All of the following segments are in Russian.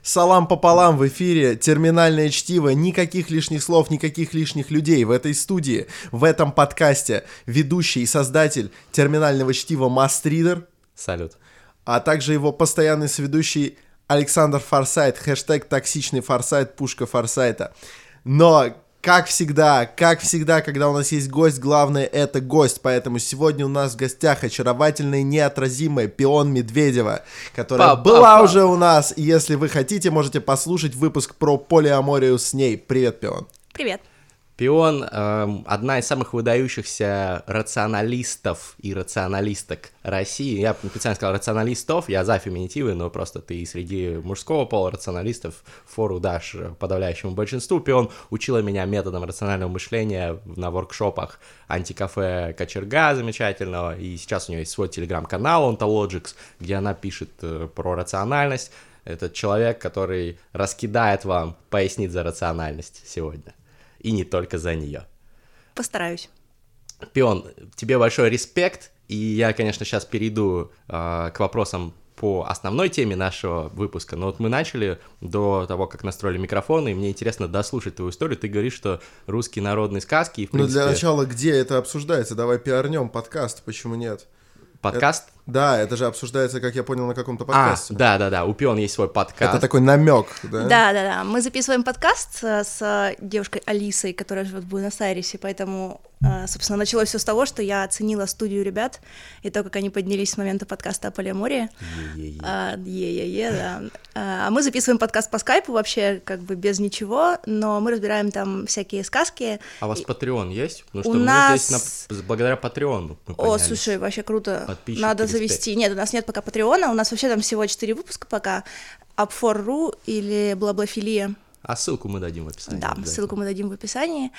Салам пополам, в эфире терминальное чтиво, никаких лишних слов, никаких лишних людей в этой студии, в этом подкасте ведущий и создатель терминального чтива Мастридер. Салют. А также его постоянный соведущий Александр Форсайт, хэштег токсичный Форсайт, пушка Форсайта. Но, как всегда, когда у нас есть гость, главное это гость, поэтому сегодня у нас в гостях очаровательная, неотразимая Пион Медведева, которая была уже у нас, и если вы хотите, можете послушать выпуск про полиаморию с ней. Привет, Пион. Привет. Пион одна из самых выдающихся рационалистов и рационалисток России. Я специально сказал рационалистов, я за феминитивы, но просто ты среди мужского пола рационалистов фору дашь подавляющему большинству. Пион учила меня методам рационального мышления на воркшопах антикафе Кочерга замечательного, и сейчас у нее есть свой телеграм-канал Ontologics, где она пишет про рациональность. Это человек, который раскидает вам пояснить за рациональность сегодня. И не только за нее. Постараюсь. Пион, тебе большой респект, и я, конечно, сейчас перейду к вопросам по основной теме нашего выпуска, но вот мы начали до того, как настроили микрофоны, и мне интересно дослушать твою историю. Ты говоришь, что русские народные сказки, и, в принципе... Ну, для начала, где это обсуждается? Давай пиарнем подкаст, почему нет? Подкаст? Да, это же обсуждается, как я понял, на каком-то подкасте. Да, у Пион есть свой подкаст. Это такой намек, да? Да. Мы записываем подкаст с девушкой Алисой, которая живет в Буэнос-Айресе, поэтому, собственно, началось все с того, что я оценила студию ребят и то, как они поднялись с момента подкаста о полиамории. Да. А мы записываем подкаст по скайпу вообще как бы без ничего, но мы разбираем там всякие сказки. А у вас Patreon есть? Потому что у нас... здесь благодаря Patreon мы О, слушай, вообще круто. Надо завести. Нет, у нас нет пока Патреона, у нас вообще там всего 4 выпуска пока. Up4.ru или Блаблафилия. А ссылку мы дадим в описании. Да, ссылку мы дадим в описании.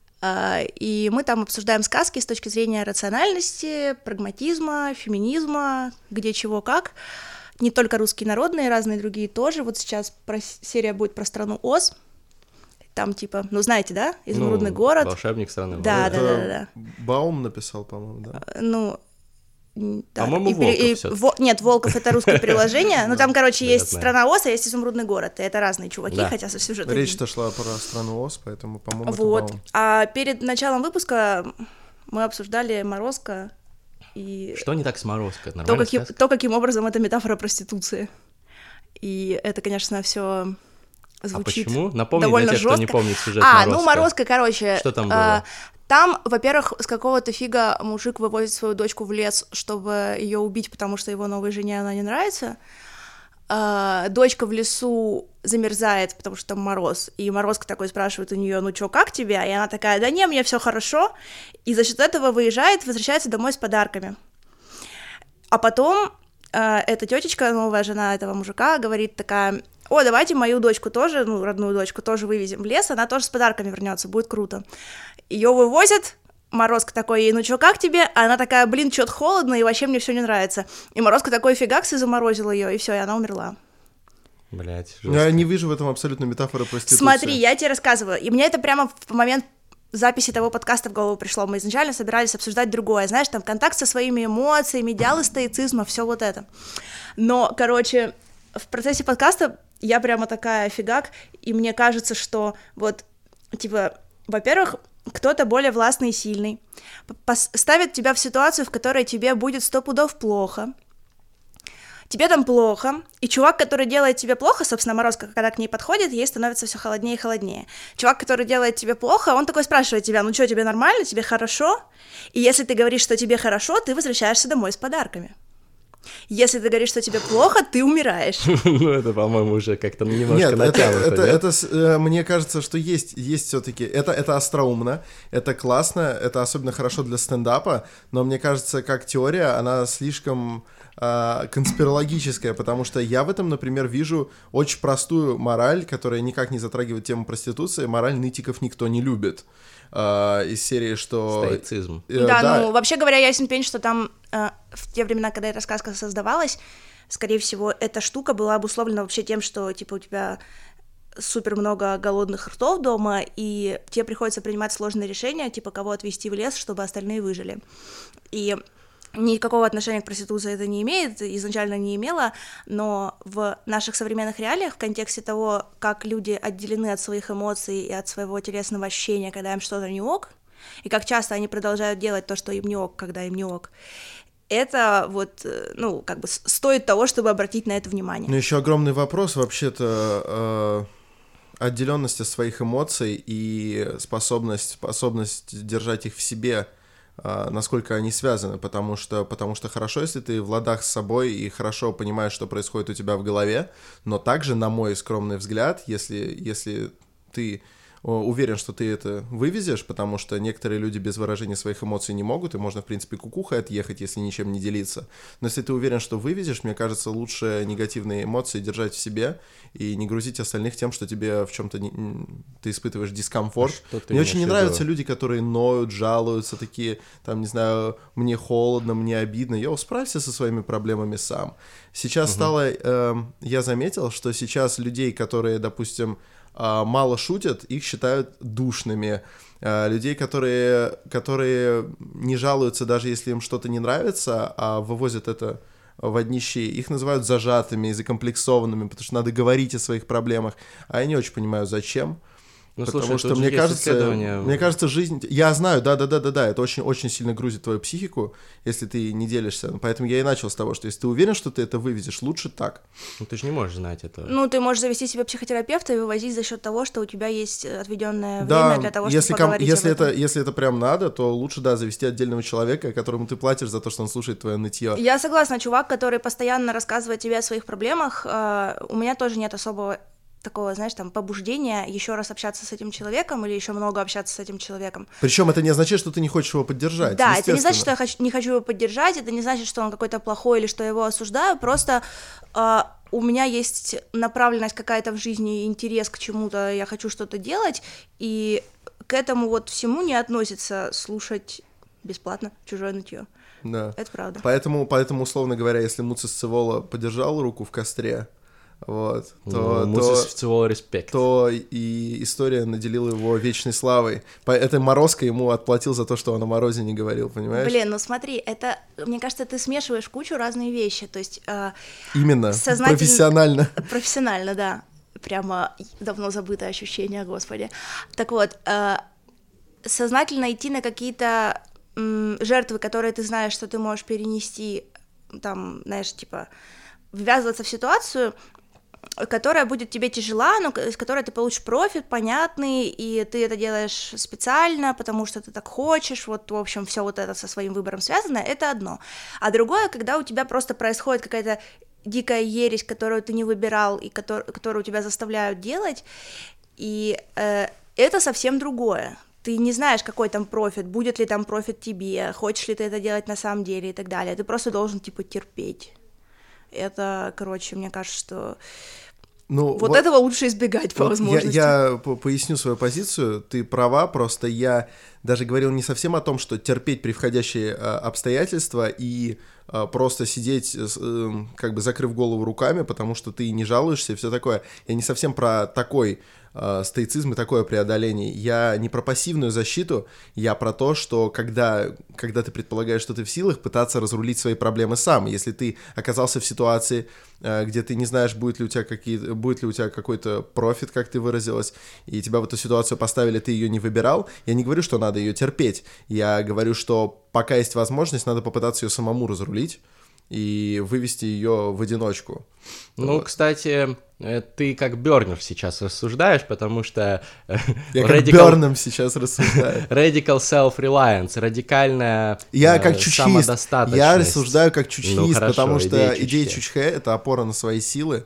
И мы там обсуждаем сказки с точки зрения рациональности, прагматизма, феминизма, где чего как. Не только русские народные, разные другие тоже. Вот сейчас серия будет про страну Оз. Там типа, ну знаете, да? Изумрудный город. Волшебник страны Оз. Да. Баум написал, по-моему, да? Ну... Да. По-моему, Волков Нет, Волков — это русское приложение, но там, короче, есть страна Оз, а есть Изумрудный город, и это разные чуваки, хотя со сюжетом... Речь-то шла про страну Оз, поэтому, по-моему, вот. это Баум. А перед началом выпуска мы обсуждали Морозко и... Что не так с Морозко? То, каким образом это метафора проституции. И это, конечно, все звучит почему? Напомни довольно для тех, жестко. Кто не помнит сюжет Морозко. Ну, Морозко, короче... Что там было? Там, во-первых, с какого-то фига мужик вывозит свою дочку в лес, чтобы ее убить, потому что его новой жене она не нравится. Дочка в лесу замерзает, потому что там мороз. И Морозко такой спрашивает у нее: ну чё, как тебе? И она такая: да не, мне все хорошо. И за счет этого выезжает, возвращается домой с подарками. А потом эта тетечка, новая жена этого мужика, говорит такая: о, давайте мою дочку тоже, ну, родную дочку тоже вывезем в лес, она тоже с подарками вернется, будет круто. Ее вывозят, Морозко такой: ну чё, как тебе? А она такая: блин, чё-то холодно, и вообще мне все не нравится. И Морозко такой фигакс и заморозил ее, и все, и она умерла. Блять, я не вижу в этом абсолютно метафоры проституции. Смотри, я тебе рассказываю, и мне это прямо в момент записи того подкаста в голову пришло. Мы изначально собирались обсуждать другое, знаешь, там контакт со своими эмоциями, идеалы стоицизма, все вот это. Но, короче, в процессе подкаста я прямо такая фигак, и мне кажется, что вот, типа, во-первых, кто-то более властный и сильный ставит тебя в ситуацию, в которой тебе будет 100 пудов плохо, тебе там плохо, и чувак, который делает тебе плохо, собственно, Морозко, когда к ней подходит, ей становится все холоднее и холоднее. Чувак, который делает тебе плохо, он такой спрашивает тебя: ну что, тебе нормально, тебе хорошо? И если ты говоришь, что тебе хорошо, ты возвращаешься домой с подарками. Если ты говоришь, что тебе плохо, ты умираешь. Ну, это, по-моему, уже как-то немножко натянуто. Это, мне кажется, что есть все-таки. Это остроумно, это классно, это особенно хорошо для стендапа, но мне кажется, как теория, она слишком конспирологическая, потому что я в этом, например, вижу очень простую мораль, которая никак не затрагивает тему проституции. Мораль нытиков никто не любит. Из серии, что... Стоицизм. Да, ну, вообще говоря, ясен пень, что там в те времена, когда эта сказка создавалась, скорее всего, эта штука была обусловлена вообще тем, что, типа, у тебя супер много голодных ртов дома, и тебе приходится принимать сложные решения, типа, кого отвезти в лес, чтобы остальные выжили. И никакого отношения к проституции это не имеет, изначально не имело, но в наших современных реалиях, в контексте того, как люди отделены от своих эмоций и от своего телесного ощущения, когда им что-то не ок, и как часто они продолжают делать то, что им не ок, когда им не ок, это вот, ну, как бы стоит того, чтобы обратить на это внимание. Ну, еще огромный вопрос, вообще-то, отделенность от своих эмоций и способность держать их в себе, насколько они связаны, потому что хорошо, если ты в ладах с собой и хорошо понимаешь, что происходит у тебя в голове, но также, на мой скромный взгляд, если ты уверен, что ты это вывезешь, потому что некоторые люди без выражения своих эмоций не могут, и можно, в принципе, кукухой отъехать, если ничем не делиться. Но если ты уверен, что вывезешь, мне кажется, лучше негативные эмоции держать в себе и не грузить остальных тем, что тебе в чем-то ты испытываешь дискомфорт. Мне очень не нравятся люди, которые ноют, жалуются, такие, там, не знаю, мне холодно, мне обидно. Йоу, справься со своими проблемами сам. Сейчас я заметил, что сейчас людей, которые, допустим, мало шутят, их считают душными. Людей, которые не жалуются, даже если им что-то не нравится, а вывозят это в однище, их называют зажатыми и закомплексованными, потому что надо говорить о своих проблемах. А я не очень понимаю, зачем. Ну, потому слушай, что мне кажется, жизнь... Я знаю, да, это очень сильно грузит твою психику, если ты не делишься. Поэтому я и начал с того, что если ты уверен, что ты это вывезешь, лучше так. Ну, ты же не можешь знать этого. Ну, ты можешь завести себе психотерапевта и вывозить за счет того, что у тебя есть отведенное время для того, чтобы поговорить об этом. Если это прям надо, то лучше, да, завести отдельного человека, которому ты платишь за то, что он слушает твое нытье. Я согласна, чувак, который постоянно рассказывает тебе о своих проблемах, у меня тоже нет особого такого, знаешь, там, побуждения еще раз общаться с этим человеком или еще много общаться с этим человеком. Причем это не означает, что ты не хочешь его поддержать. Да, это не значит, что я не хочу его поддержать, это не значит, что он какой-то плохой или что я его осуждаю, просто у меня есть направленность какая-то в жизни, интерес к чему-то, я хочу что-то делать, и к этому вот всему не относится слушать бесплатно чужое нытье. Да. Это правда. Поэтому, условно говоря, если Муцис Цивола подержал руку в костре, вот, то и история наделила его вечной славой. Это Морозко ему отплатил за то, что он о Морозе не говорил, понимаешь? Блин, ну смотри, это, мне кажется, ты смешиваешь кучу разные вещи, то есть... Именно, профессионально. Профессионально, да. Прямо давно забытое ощущение, господи. Так вот, сознательно идти на какие-то жертвы, которые ты знаешь, что ты можешь перенести, там, знаешь, типа, ввязываться в ситуацию, которая будет тебе тяжела, но из которой ты получишь профит понятный, и ты это делаешь специально, потому что ты так хочешь, вот, в общем, все вот это со своим выбором связано, это одно. А другое, когда у тебя просто происходит какая-то дикая ересь, которую ты не выбирал, и которую тебя заставляют делать, и это совсем другое. Ты не знаешь, какой там профит, будет ли там профит тебе, хочешь ли ты это делать на самом деле и так далее. Ты просто должен, типа, терпеть. Это, короче, мне кажется, что вот этого лучше избегать по возможности. Я поясню свою позицию, ты права, просто я даже говорил не совсем о том, что терпеть превходящие обстоятельства и просто сидеть, как бы закрыв голову руками, потому что ты не жалуешься и все такое. Я не совсем про такой стоицизм и такое преодоление. Я не про пассивную защиту, я про то, что когда ты предполагаешь, что ты в силах, пытаться разрулить свои проблемы сам. Если ты оказался в ситуации, где ты не знаешь, будет ли у тебя какой-то профит, как ты выразилась, и тебя в эту ситуацию поставили, ты ее не выбирал, я не говорю, что надо ее терпеть. Я говорю, что пока есть возможность, надо попытаться ее самому разрулить и вывести ее в одиночку. Ну, кстати, ты как Бёрнер сейчас рассуждаешь, потому что... Я как Бёрном сейчас рассуждаю. Radical self-reliance, радикальная самодостаточность. Я рассуждаю как чучхиист, потому что идея чучхе — это опора на свои силы.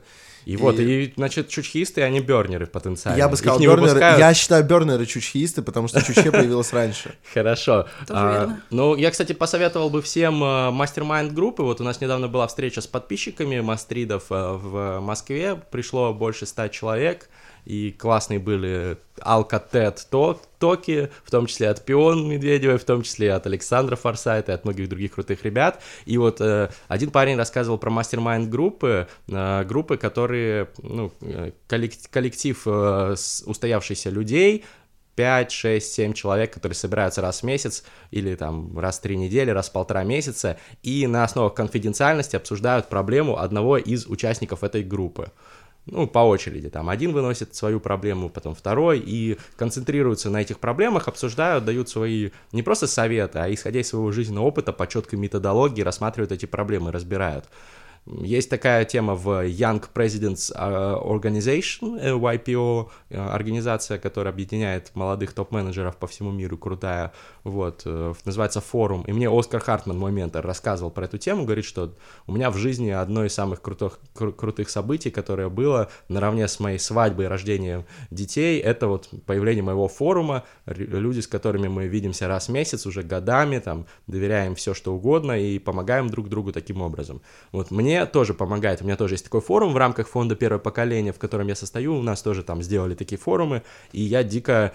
И значит, чучхиисты, они бёрнеры потенциально. Я бы сказал, бёрнеры, я считаю бёрнеры чучхиисты, потому что чучхе появилась раньше. Хорошо. Ну, я, кстати, посоветовал бы всем мастер-майнд-группы. Вот у нас недавно была встреча с подписчиками мастридов в Москве, пришло больше 100 человек, и классные были Алкатет Токи, в том числе от Пион Медведевой, в том числе от Александра Форсайта и от многих других крутых ребят. И вот один парень рассказывал про мастер-майнд группы, которые, коллектив устоявшихся людей, 5, 6, 7 человек, которые собираются раз в месяц или там раз в 3 недели, раз в 1,5 месяца, и на основах конфиденциальности обсуждают проблему одного из участников этой группы. Ну, по очереди, там, один выносит свою проблему, потом второй, и концентрируются на этих проблемах, обсуждают, дают свои, не просто советы, а исходя из своего жизненного опыта, по четкой методологии рассматривают эти проблемы, разбирают. Есть такая тема в Young Presidents Organization, YPO, организация, которая объединяет молодых топ-менеджеров по всему миру, крутая, вот, называется форум. И мне Оскар Хартман, мой ментор, рассказывал про эту тему, говорит, что у меня в жизни одно из самых крутых событий, которое было наравне с моей свадьбой и рождением детей, это вот появление моего форума, люди, с которыми мы видимся раз в месяц уже годами, там, доверяем все, что угодно и помогаем друг другу таким образом. Вот, мне тоже помогает, у меня тоже есть такой форум в рамках фонда «Первое поколение», в котором я состою, у нас тоже там сделали такие форумы, и я дико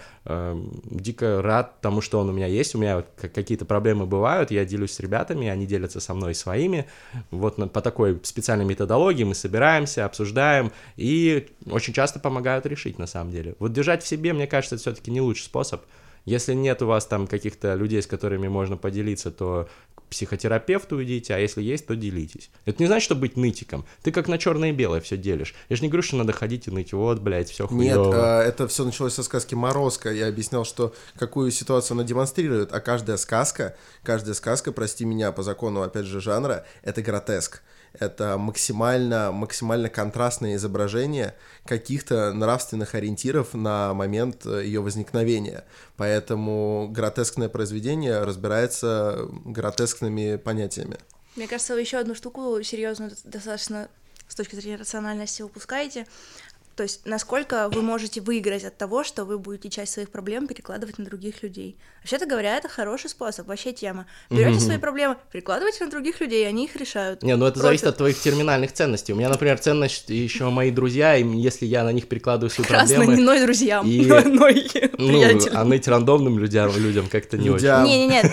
рад тому, что он у меня есть, у меня вот какие-то проблемы бывают, я делюсь с ребятами, они делятся со мной своими, вот по такой специальной методологии мы собираемся, обсуждаем, и очень часто помогают решить на самом деле. Вот держать в себе, мне кажется, это все-таки не лучший способ. Если нет у вас там каких-то людей, с которыми можно поделиться, то к психотерапевту идите, а если есть, то делитесь. Это не значит, что быть нытиком. Ты как на черное и белое все делишь. Я же не говорю, что надо ходить и ныть. Вот, блядь, все хуёво. Нет, это все началось со сказки «Морозко». Я объяснял, что какую ситуацию она демонстрирует, а каждая сказка, прости меня, по закону, опять же, жанра, это гротеск. Это максимально контрастное изображение каких-то нравственных ориентиров на момент ее возникновения. Поэтому гротескное произведение разбирается гротескными понятиями. Мне кажется, вы еще одну штуку серьезную достаточно с точки зрения рациональности упускаете. То есть, насколько вы можете выиграть от того, что вы будете часть своих проблем перекладывать на других людей. Вообще-то говоря, это хороший способ, вообще тема. Берете свои проблемы, перекладывайте на других людей, и они их решают. Не, ну это зависит от твоих терминальных ценностей. У меня, например, ценность еще мои друзья, и если я на них перекладываю свои проблемы... Прекрасно, не ной друзьям, и... ной Ну, приятелям. а ныть рандомным людям как-то не очень. Не-не-нет,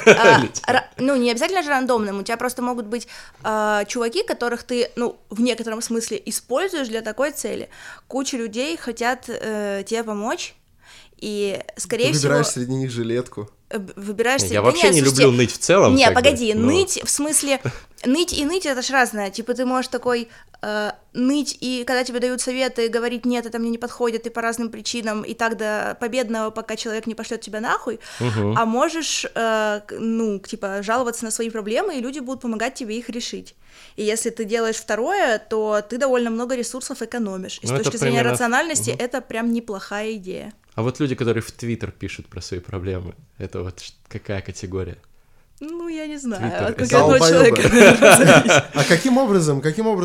ну не обязательно же рандомным, у тебя просто могут быть чуваки, которых ты, ну, в некотором смысле используешь для такой цели. Куча людей хотят тебе помочь, и, скорее всего... Ты выбираешь среди них жилетку. Выбираешь себе... Я вообще не люблю ныть в целом. Не, погоди, ныть, в смысле... Ныть и ныть — это ж разное. Типа ты можешь такой ныть, и когда тебе дают советы, говорить: нет, это мне не подходит, и по разным причинам, и так до победного, пока человек не пошлет тебя нахуй, а можешь, ну, типа, жаловаться на свои проблемы, и люди будут помогать тебе их решить. И если ты делаешь второе, то ты довольно много ресурсов экономишь. И с точки зрения рациональности это прям неплохая идея. А вот люди, которые в Твиттер пишут про свои проблемы, это вот какая категория? Ну, я не знаю, от конкретного человека. А каким образом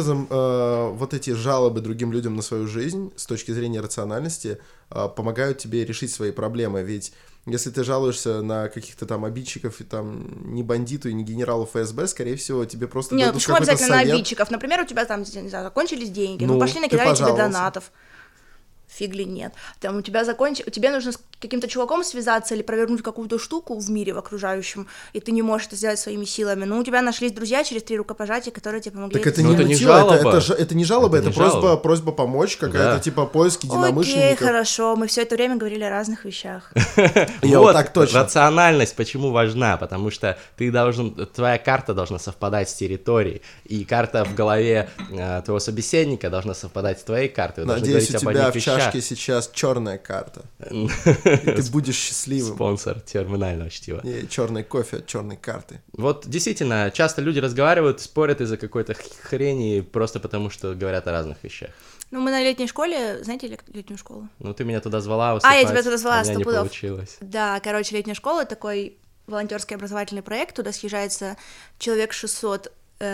вот эти жалобы другим людям на свою жизнь с точки зрения рациональности помогают тебе решить свои проблемы? Ведь если ты жалуешься на каких-то там обидчиков, и там не бандиту и не генералу ФСБ, скорее всего, тебе просто дадут какой-то совет. Нет, почему обязательно на обидчиков? Например, у тебя там, не знаю, закончились деньги, ну пошли накидали тебе донатов. Фигли нет. Там тебе нужно с каким-то чуваком связаться или провернуть какую-то штуку в мире, в окружающем, и ты не можешь это сделать своими силами. Но у тебя нашлись друзья через 3 рукопожатия, которые тебе помогли. Так это не жалоба. Это не жалоба, это просьба помочь, какая-то типа поиск единомышленников. Окей, хорошо, мы все это время говорили о разных вещах. Вот, так точно. Рациональность почему важна, потому что твоя карта должна совпадать с территорией, и карта в голове твоего собеседника должна совпадать с твоей картой. Надеюсь, у тебя в чашке сейчас черная карта. И ты будешь счастливым. Спонсор терминального чтива. Черный кофе от черной карты. Вот действительно, часто люди разговаривают, спорят из-за какой-то хрени, просто потому что говорят о разных вещах. Ну, мы на летней школе, знаете летнюю школу? Ну, ты меня туда звала выступать, я тебя туда звала, у меня не получилось. Да, короче, летняя школа — такой волонтерский образовательный проект, туда съезжается человек 600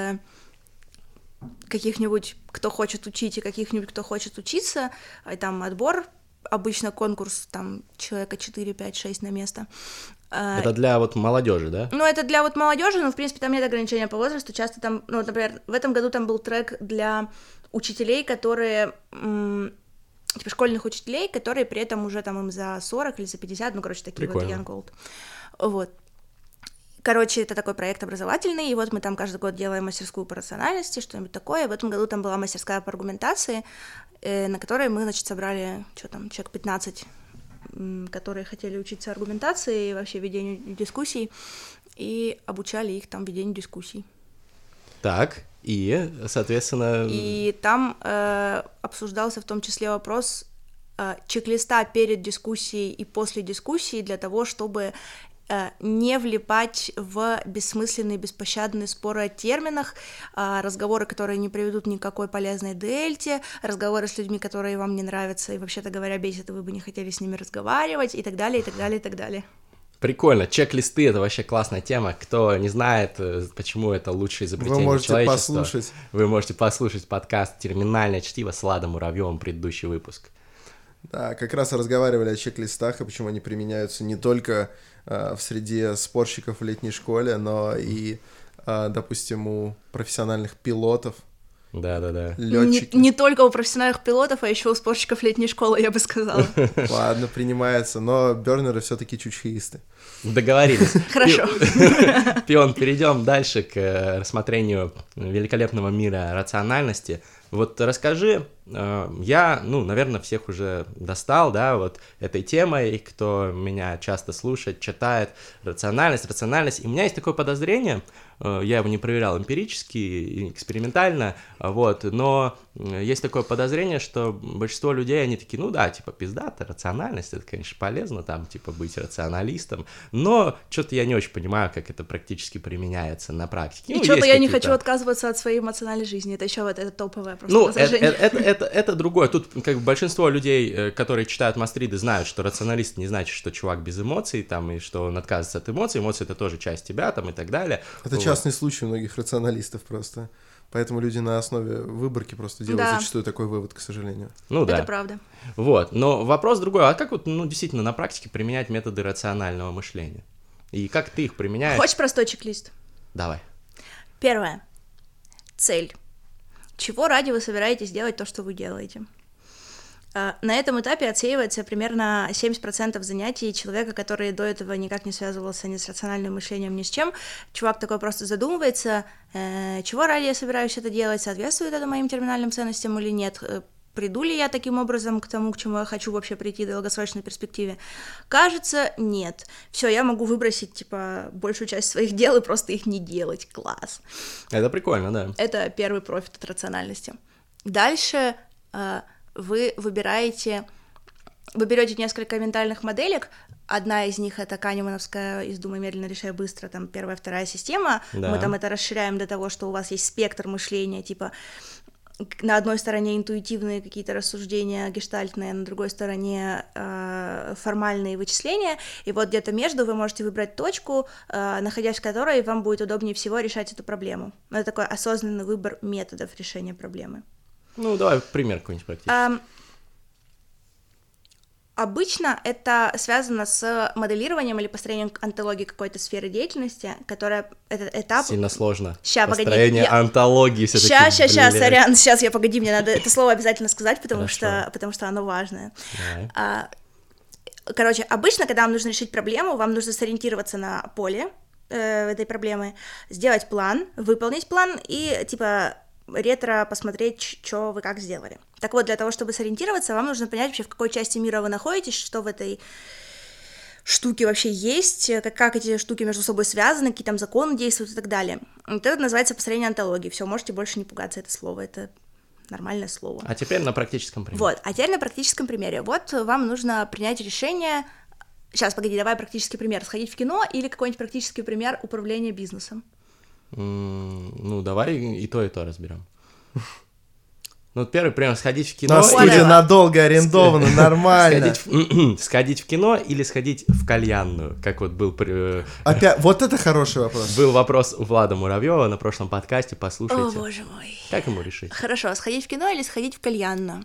каких-нибудь, кто хочет учить, и каких-нибудь, кто хочет учиться, и там отбор, обычно конкурс, там, человека 4, 5, 6 на место. Это для вот молодежи, да? Ну, это для вот молодежи, но, в принципе, там нет ограничения по возрасту, часто там, ну, например, в этом году там был трек для учителей, которые, типа, школьных учителей, которые при этом уже там им за 40 или за 50, ну, короче, такие Прикольно. вот young old. Вот. Короче, это такой проект образовательный, и вот мы там каждый год делаем мастерскую по рациональности, что-нибудь такое. В этом году там была мастерская по аргументации, на которой мы, значит, собрали, человек 15 которые хотели учиться аргументации и вообще ведению дискуссий, и обучали их там ведению дискуссий. Так, и, соответственно... И там обсуждался в том числе вопрос чек-листа перед дискуссией и после дискуссии для того, чтобы не влипать в бессмысленные, беспощадные споры о терминах, разговоры, которые не приведут ни к какой полезной дельте, разговоры с людьми, которые вам не нравятся и, вообще-то говоря, бесит, и вы бы не хотели с ними разговаривать, и так далее, и так далее, и так далее. Прикольно, чек-листы — это вообще классная тема. Кто не знает, почему это лучшее изобретение человечества, вы можете послушать подкаст «Терминальное чтиво» с Владом Муравьевым, предыдущий выпуск. Да, как раз разговаривали о чек-листах и почему они применяются не только в среде спорщиков в летней школе, но и, допустим, у профессиональных пилотов. Да-да-да. Лётчики. Не только у профессиональных пилотов, а еще у спорщиков летней школы, я бы сказала. Ладно, принимается, но бёрнеры все-таки чучхеисты. Договорились. Хорошо. Пион, перейдем дальше к рассмотрению великолепного мира рациональности. Вот расскажи, я, наверное, всех уже достал, да, вот этой темой, кто меня часто слушает, читает, рациональность, и у меня есть такое подозрение, я его не проверял эмпирически, экспериментально, вот, но есть такое подозрение, что большинство людей, они такие, пиздата, рациональность, это, конечно, полезно, там, быть рационалистом, но что-то я не очень понимаю, как это практически применяется на практике. И что-то я не хочу отказываться от своей эмоциональной жизни, это еще это топовое просто возражение. Это другое. Тут большинство людей, которые читают Мастриды, знают, что рационалист не значит, что чувак без эмоций, там, и что он отказывается от эмоций. Эмоции — это тоже часть тебя, там, и так далее. Это частный случай у многих рационалистов просто. Поэтому люди на основе выборки просто делают зачастую такой вывод, к сожалению. Это правда. Вот. Но вопрос другой. А как действительно на практике применять методы рационального мышления? И как ты их применяешь? Хочешь простой чек-лист? Давай. Первое. Цель. Чего ради вы собираетесь делать то, что вы делаете? На этом этапе отсеивается примерно 70% занятий человека, который до этого никак не связывался ни с рациональным мышлением, ни с чем. Чувак такой просто задумывается, чего ради я собираюсь это делать, соответствует это моим терминальным ценностям или нет, приду ли я таким образом к тому, к чему я хочу вообще прийти в долгосрочной перспективе. Кажется, нет. Все, я могу выбросить, большую часть своих дел и просто их не делать. Класс. Это прикольно, да. Это первый профит от рациональности. Дальше вы берете несколько ментальных моделек. Одна из них — это канемановская из «Думай медленно, решай быстро», там первая, вторая система. Да. Мы там это расширяем до того, что у вас есть спектр мышления, на одной стороне интуитивные какие-то рассуждения гештальтные, на другой стороне формальные вычисления, и вот где-то между вы можете выбрать точку, находясь в которой вам будет удобнее всего решать эту проблему. Это такой осознанный выбор методов решения проблемы. Давай пример какой-нибудь практически. Обычно это связано с моделированием или построением онтологии какой-то сферы деятельности, которая этот этап... Сильно сложно. Построение онтологии все-таки. Сейчас, сорян, погоди, мне надо это слово обязательно сказать, потому что оно важное. Короче, обычно, когда вам нужно решить проблему, вам нужно сориентироваться на поле этой проблемы, сделать план, выполнить план и, ретро посмотреть, что вы как сделали. Так вот, для того, чтобы сориентироваться, вам нужно понять вообще, в какой части мира вы находитесь, что в этой штуке вообще есть, как эти штуки между собой связаны, какие там законы действуют и так далее. Вот это называется построение онтологии. Все, можете больше не пугаться это слово, это нормальное слово. А теперь на практическом примере. Вот, а теперь на практическом примере. Вот вам нужно принять решение... Сейчас, погоди, давай практический пример. Сходить в кино или какой-нибудь практический пример управления бизнесом? Давай и то разберем. Первый пример — сходить в кино. У нас студия надолго арендована, нормально. Сходить в кино или сходить в кальянную, как вот был... Опять, вот это хороший вопрос. Был вопрос у Влада Муравьева на прошлом подкасте, послушайте. О, боже мой. Как ему решить? Хорошо, сходить в кино или сходить в кальянную?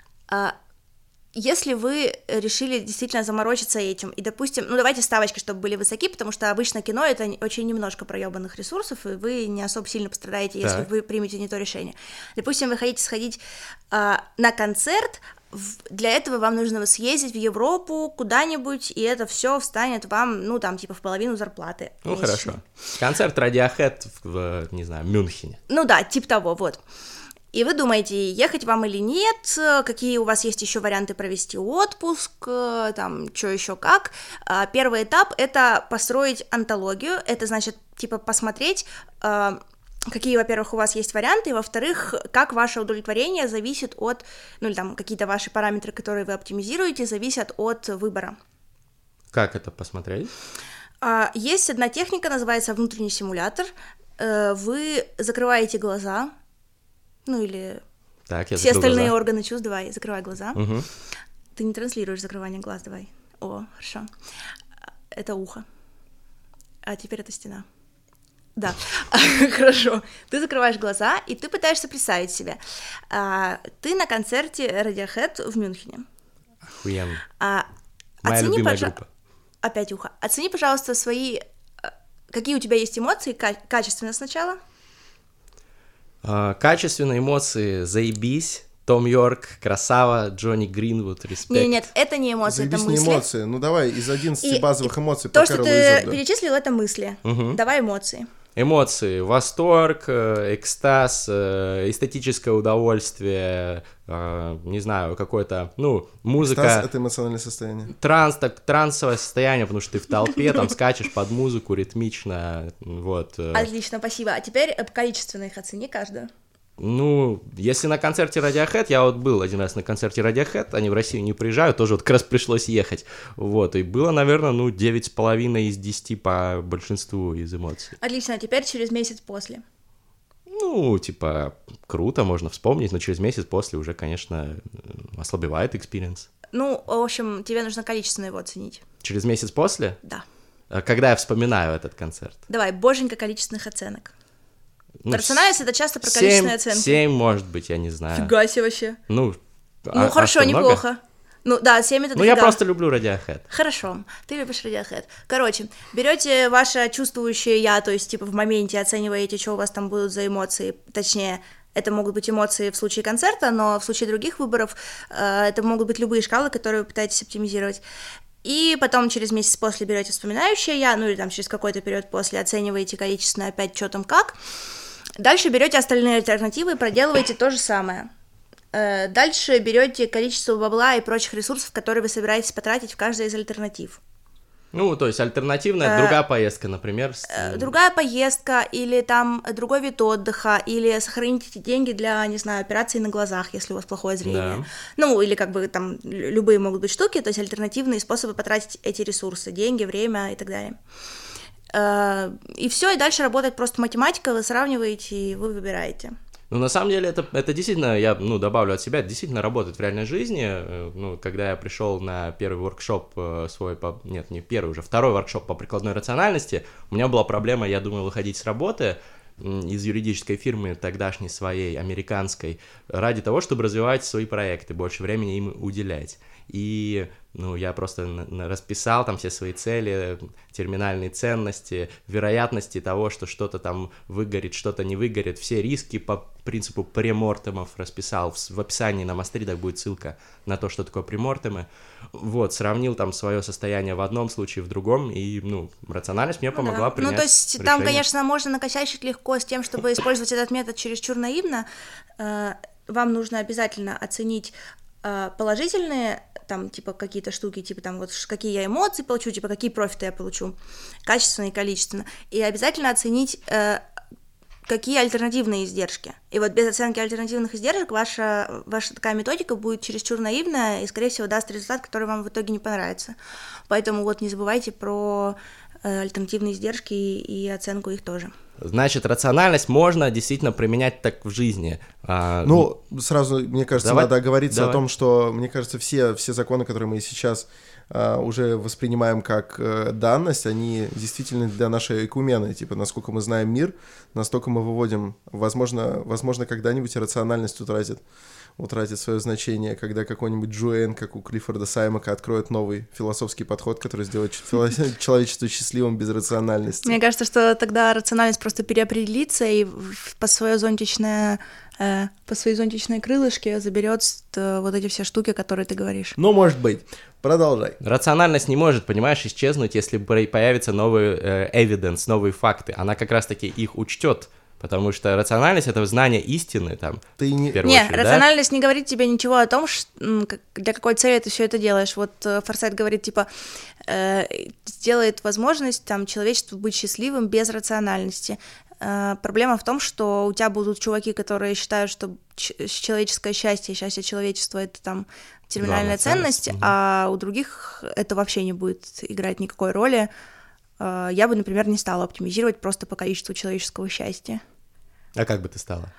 Если вы решили действительно заморочиться этим, и, допустим, давайте ставочки, чтобы были высоки, потому что обычно кино — это очень немножко проебанных ресурсов, и вы не особо сильно пострадаете, если вы примете не то решение. Допустим, вы хотите сходить на концерт, для этого вам нужно съездить в Европу куда-нибудь, и это все встанет вам, в половину зарплаты. Хорошо. Концерт Radiohead в, не знаю, Мюнхене. Типа того, вот. И вы думаете, ехать вам или нет, какие у вас есть еще варианты провести отпуск, там, что еще как. Первый этап — это построить антологию, это значит, типа, посмотреть, какие, во-первых, у вас есть варианты, и, во-вторых, как ваше удовлетворение зависит от, ну, или там какие-то ваши параметры, которые вы оптимизируете, зависят от выбора. Как это посмотреть? Есть одна техника, называется внутренний симулятор. Вы закрываете глаза, ну или так, все остальные органы чувств, давай, закрывай глаза. Угу. Ты не транслируешь закрывание глаз, давай. О, хорошо. Это ухо. А теперь это стена. Да, хорошо. Ты закрываешь глаза, и ты пытаешься представить себе. Ты на концерте Radiohead в Мюнхене. Охуенно. Моя любимая группа. Опять ухо. Оцени, пожалуйста, свои... Какие у тебя есть эмоции, качественно сначала? Качественные эмоции, заебись, Том Йорк, красава, Джонни Гринвуд, респект. Нет, это не эмоции, заебись, это мысли. не эмоции, ну давай, из 11 базовых эмоций то, по что Карлу ты Изарду. перечислил, это мысли. Давай эмоции. Эмоции, восторг, экстаз, эстетическое удовольствие, не знаю, какое-то, ну, музыка. Экстаз — это эмоциональное состояние. Трансовое состояние, потому что ты в толпе, там скачешь под музыку ритмично, вот. Отлично, спасибо. А теперь количественно их оцени каждую. Ну, если на концерте Radiohead, я вот был один раз на концерте Radiohead, они в Россию не приезжают, тоже вот как раз пришлось ехать, вот, и было, наверное, ну, 9,5 из 10 по большинству из эмоций. Отлично, а теперь через месяц после. Ну, типа, круто, можно вспомнить, но через месяц после уже, конечно, ослабевает экспириенс. Ну, в общем, тебе нужно количественно его оценить. Через месяц после? Да. Когда я вспоминаю этот концерт? Давай, боженька количественных оценок. Ну, Рациональность — это часто про количественные оценки. 7, может быть, я не знаю. Фига себе вообще. Ну, хорошо, что, неплохо. Много? Ну да, 7 это Ну, я просто люблю Radiohead. Хорошо, ты любишь Radiohead. Короче, берете ваше чувствующее я, то есть, типа, в моменте оцениваете, что у вас там будут за эмоции, точнее, это могут быть эмоции в случае концерта, но в случае других выборов это могут быть любые шкалы, которые вы пытаетесь оптимизировать. И потом через месяц после берете вспоминающее я, ну или там через какой-то период после оцениваете количественно опять, что там как. Дальше берете остальные альтернативы и проделываете то же самое. Дальше берете количество бабла и прочих ресурсов, которые вы собираетесь потратить в каждой из альтернатив. Ну, то есть альтернативная, другая поездка, например. Другая поездка, или там другой вид отдыха, или сохранить эти деньги для, не знаю, операций на глазах, если у вас плохое зрение. Да. Ну, или как бы там любые могут быть штуки, то есть альтернативные способы потратить эти ресурсы, деньги, время и так далее. И все, и дальше работает просто математика, вы сравниваете, и вы выбираете. Ну, на самом деле, это действительно, я, добавлю от себя, это действительно работает в реальной жизни. Ну, когда я пришел на первый воркшоп второй воркшоп по прикладной рациональности, у меня была проблема, я думал выходить с работы из юридической фирмы тогдашней своей, американской, ради того, чтобы развивать свои проекты, больше времени им уделять. И, я просто расписал там все свои цели, терминальные ценности, вероятности того, что что-то там выгорит, что-то не выгорит, все риски по принципу премортемов расписал. В описании на Мастридах будет ссылка на то, что такое премортемы. Вот, сравнил там свое состояние в одном случае, в другом, и, рациональность мне помогла принять то есть решение. Там, конечно, можно накосячить легко с тем, чтобы использовать этот метод чересчур наивно. Вам нужно обязательно оценить положительные там, типа, какие-то штуки, типа, там, вот, какие я эмоции получу, типа, какие профиты я получу, качественно и количественно, и обязательно оценить, какие альтернативные издержки. И вот без оценки альтернативных издержек ваша такая методика будет чересчур наивная и, скорее всего, даст результат, который вам в итоге не понравится. Поэтому вот не забывайте про альтернативные издержки и оценку их тоже. Значит, рациональность можно действительно применять так в жизни. Сразу, мне кажется, надо оговориться о том, что, мне кажется, все законы, которые мы сейчас уже воспринимаем как данность, они действительно для нашей экумены. Типа, насколько мы знаем мир, настолько мы выводим. Возможно, когда-нибудь рациональность утратит свое значение, когда какой-нибудь Джоэн, как у Клиффорда Саймака, откроет новый философский подход, который сделает человечество счастливым без рациональности. Мне кажется, что тогда рациональность просто переопределится и по своей зонтичной крылышке заберет вот эти все штуки, которые ты говоришь. Ну, может быть. Продолжай. Рациональность не может, понимаешь, исчезнуть, если появится новый evidence, новые факты. Она как раз-таки их учтет Потому что рациональность — это знание истины, там, Ты не... в первую очередь, да? рациональность не говорит тебе ничего о том, для какой цели ты все это делаешь. Вот Форсайт говорит, типа, сделает возможность там человечеству быть счастливым без рациональности. Проблема в том, что у тебя будут чуваки, которые считают, что человеческое счастье, счастье человечества — это там терминальная ценность, а у других это вообще не будет играть никакой роли. Я бы, например, не стала оптимизировать просто по количеству человеческого счастья. А как бы ты стала?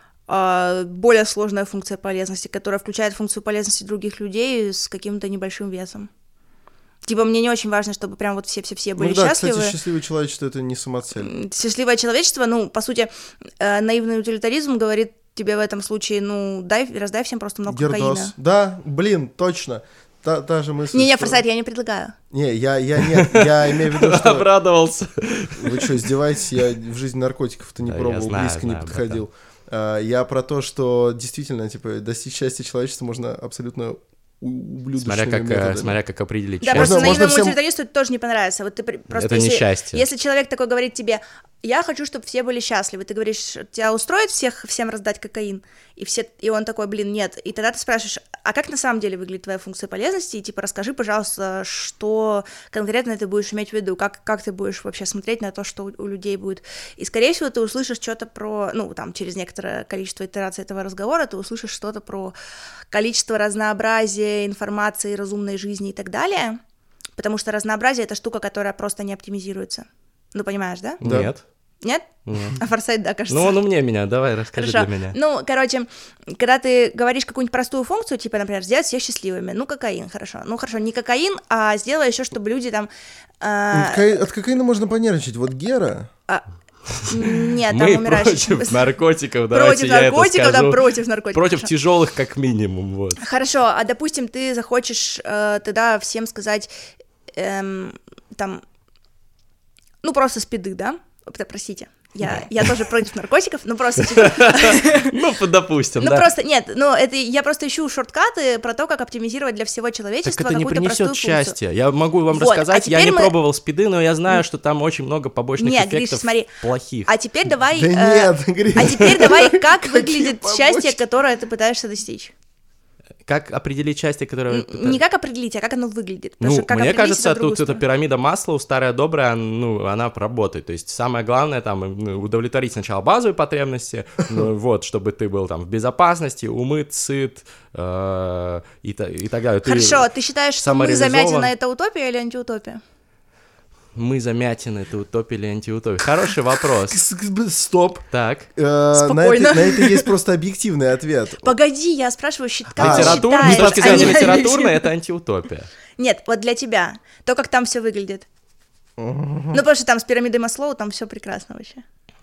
Более сложная функция полезности, которая включает функцию полезности других людей с каким-то небольшим весом. Типа, мне не очень важно, чтобы прям вот все-все-все были счастливы. Кстати, счастливое человечество — это не самоцель. Счастливое человечество, по сути, наивный утилитаризм говорит тебе в этом случае, раздай всем просто много кокаина. Да, точно. Та же мысль. Не, Форсайт, я не предлагаю. Не, я имею в виду, что... Обрадовался. Вы что, издеваетесь? Я в жизни наркотиков-то не пробовал, близко не подходил. Я про то, что действительно, типа, достичь счастья человечества можно абсолютно ублюдочными методами. Смотря как определить Да, счастье. просто наивному утилитаристу это тоже не понравится. Вот ты просто, это не счастье. Если человек такой говорит тебе, я хочу, чтобы все были счастливы, ты говоришь, тебя устроит всем раздать кокаин? И он такой, нет. И тогда ты спрашиваешь, а как на самом деле выглядит твоя функция полезности? И типа расскажи, пожалуйста, что конкретно ты будешь иметь в виду, как ты будешь вообще смотреть на то, что у людей будет. И, скорее всего, ты услышишь что-то про, через некоторое количество итераций этого разговора, ты услышишь что-то про количество разнообразия информации, разумной жизни и так далее, потому что разнообразие — это штука, которая просто не оптимизируется. Понимаешь, да? Нет. Нет? Нет. А Форсайт, да, кажется. Он умнее меня, давай, расскажи Хорошо. для меня. Когда ты говоришь какую-нибудь простую функцию, типа, например, сделать всех счастливыми, кокаин, хорошо. Не кокаин, а сделай еще, чтобы люди там... От кокаина можно понервничать. Вот Гера... Нет, там умираешь... против наркотиков, давайте я это скажу. Да, против наркотиков. Против тяжелых как минимум, вот. Хорошо, а допустим, ты захочешь тогда всем сказать, просто спиды, да? Простите, я тоже против наркотиков, просто... Допустим, да. Просто, нет, я просто ищу шорткаты про то, как оптимизировать для всего человечества какую-то простую функцию. Так это не принесет счастья. Я могу вам рассказать, я не пробовал спиды, но я знаю, что там очень много побочных эффектов плохих. А теперь давай... Гриш. А теперь давай, как выглядит счастье, которое ты пытаешься достичь? Как определить счастье, которое... Не как определить, а как оно выглядит. Мне кажется, тут эта пирамида Маслоу, старая добрая, она работает. То есть самое главное удовлетворить сначала базовые потребности, чтобы ты был там в безопасности, умыт, сыт и так далее. Хорошо, ты считаешь, что мы замятина — это утопия или антиутопия? Мы замятины, это утопия или антиутопия? Хороший вопрос. Стоп. Так. Спокойно. На это есть просто объективный ответ. Погоди, я спрашиваю, как литературно, с точки зрения литературной, это антиутопия. Нет, вот для тебя. То, как там все выглядит. Потому что там с пирамидой Маслоу там все прекрасно вообще.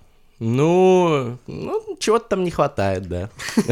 Чего-то там не хватает, да.